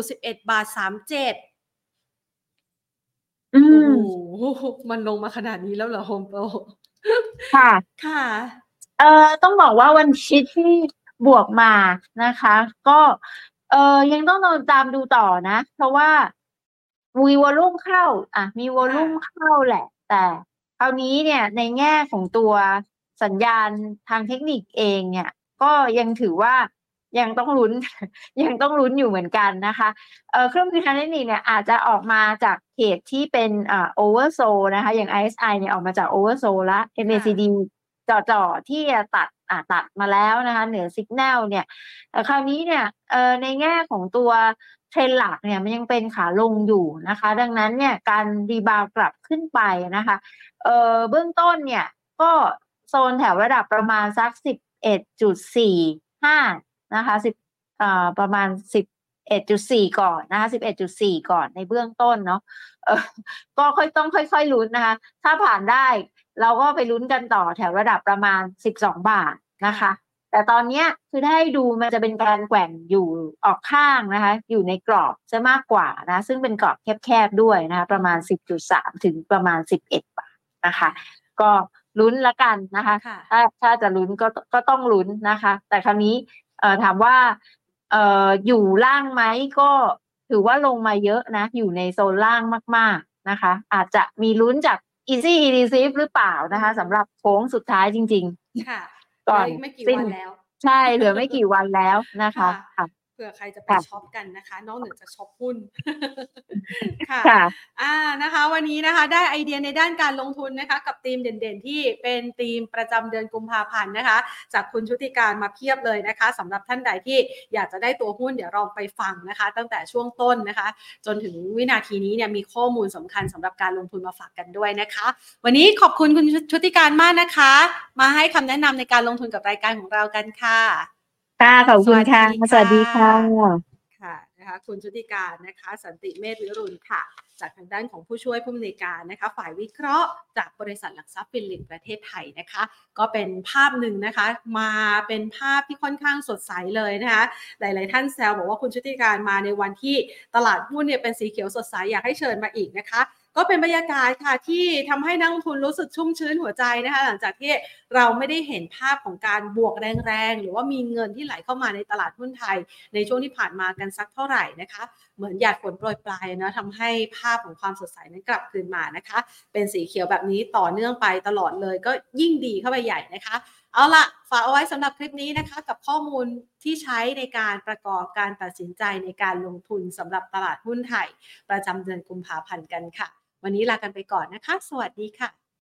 11.37 บาทอืโอ้โฮมมันลงมาขนาดนี้แล้วเหรอ Home Pro ค่ะค่ะต้องบอกว่าวันนี้ที่บวกมานะคะก็ยังต้องตามดูต่อนะเพราะว่ามีวอลลุ่มเข้ามีวอลค่ะลุ่มเข้าแหละแต่คราวนี้เนี่ยในแง่ของตัวสัญญาณทางเทคนิคเองเนี่ยก็ยังถือว่ายังต้องลุ้นยังต้องลุ้นอยู่เหมือนกันนะคะเครื่องมือทางเทคนิคเนี่ยอาจจะออกมาจากเขตที่เป็นoversold นะคะอย่าง RSI เนี่ยออกมาจาก oversold แล้วค่ะ MACD จ่อที่จะตัดมาแล้วนะคะเหนือสัญญาณเนี่ยคราวนี้เนี่ยในแง่ของตัวเทรนหลักเนี่ยมันยังเป็นขาลงอยู่นะคะดังนั้นเนี่ยการรีบาวกลับขึ้นไปนะคะเบื้องต้นเนี่ยก็โซนแถวระดับประมาณสัก11.45นะคะประมาณ11.4ก่อนนะคะ11.4ก่อนในเบื้องต้นเนาะก็ต้องค่อยๆลุ้นนะคะถ้าผ่านได้ เราก็ไปลุ้นกันต่อแถวระดับประมาณ12 บาทนะคะ แต่ตอนนี้คือถ้าให้ดูมันจะเป็นการแกว่งอยู่ออกข้างนะคะอยู่ในกรอบจะมากกว่านะซึ่งเป็นกรอบแคบๆด้วยนะคะประมาณ10.3ถึงประมาณ11 บาทนะคะก็ลุ้นละกันนะคะค่ะถ้าจะลุ้นก็ต้องลุ้นนะคะแต่คราวนี้ถามว่าอยู่ล่างไหมก็ถือว่าลงมาเยอะนะอยู่ในโซนล่างมากๆนะคะอาจจะมีลุ้นจาก Easy Receive หรือเปล่านะคะสำหรับโค้งสุดท้ายจริงค่ะๆก่อนเหลืออีกไม่กี่สิ้นวันแล้วใช่เหลือไม่กี่วันแล้วนะคะค่ะค่ะเผื่อใครจะไปค่ะช็อปกันนะคะนอกเหนือจากช็อปหุ้นค่ะค่ะนะคะวันนี้นะคะได้ไอเดียในด้านการลงทุนนะคะกับธีมเด่นๆที่เป็นธีมประจำเดือนกุมภาพันธ์นะคะจากคุณชุติการมาเพียบเลยนะคะสำหรับท่านใดที่อยากจะได้ตัวหุ้นเดี๋ยวลองไปฟังนะคะตั้งแต่ช่วงต้นนะคะจนถึงวินาทีนี้เนี่ยมีข้อมูลสำคัญสำหรับการลงทุนมาฝากกันด้วยนะคะวันนี้ขอบคุณคุณชุติการมากนะคะมาให้คำแนะนำในการลงทุนกับรายการของเรากันค่ะค่ะขอบสวัสคุณค่ะสวัดีค่สดีค่ะะ ค่ะนะคะคุณชุติการนะคะสันติเมธวิรุณค่ะจากทางด้านของผู้ช่วยผู้อำนวยการนะคะฝ่ายวิเคราะห์จากบริษัทหลักทรัพย์ฟินลินประเทศไทยนะคะก็เป็นภาพหนึ่งนะคะมาเป็นภาพที่ค่อนข้างสดใสเลยนะคะหลายๆท่านแซวบอกว่าคุณชุติการมาในวันที่ตลาดหุ้นเนี่ยเป็นสีเขียวสดใสอยากให้เชิญมาอีกนะคะก็เป็นบรรยากาศค่ะที่ทำให้นักลงทุนรู้สึกชุ่มชื้นหัวใจนะคะหลังจากที่เราไม่ได้เห็นภาพของการบวกแรงๆหรือว่ามีเงินที่ไหลเข้ามาในตลาดหุ้นไทยในช่วงที่ผ่านมากันสักเท่าไหร่นะคะเหมือนหยาดฝนโปรยปลายนะทำให้ภาพของความสดใสนั้นกลับคืนมานะคะเป็นสีเขียวแบบนี้ต่อเนื่องไปตลอดเลยก็ยิ่งดีเข้าไปใหญ่นะคะเอาละฝากเอาไว้สำหรับคลิปนี้นะคะกับข้อมูลที่ใช้ในการประกอบการตัดสินใจในการลงทุนสำหรับตลาดหุ้นไทยประจำเดือนกุมภาพันธ์กันค่ะวันนี้ลากันไปก่อนนะคะ สวัสดีค่ะ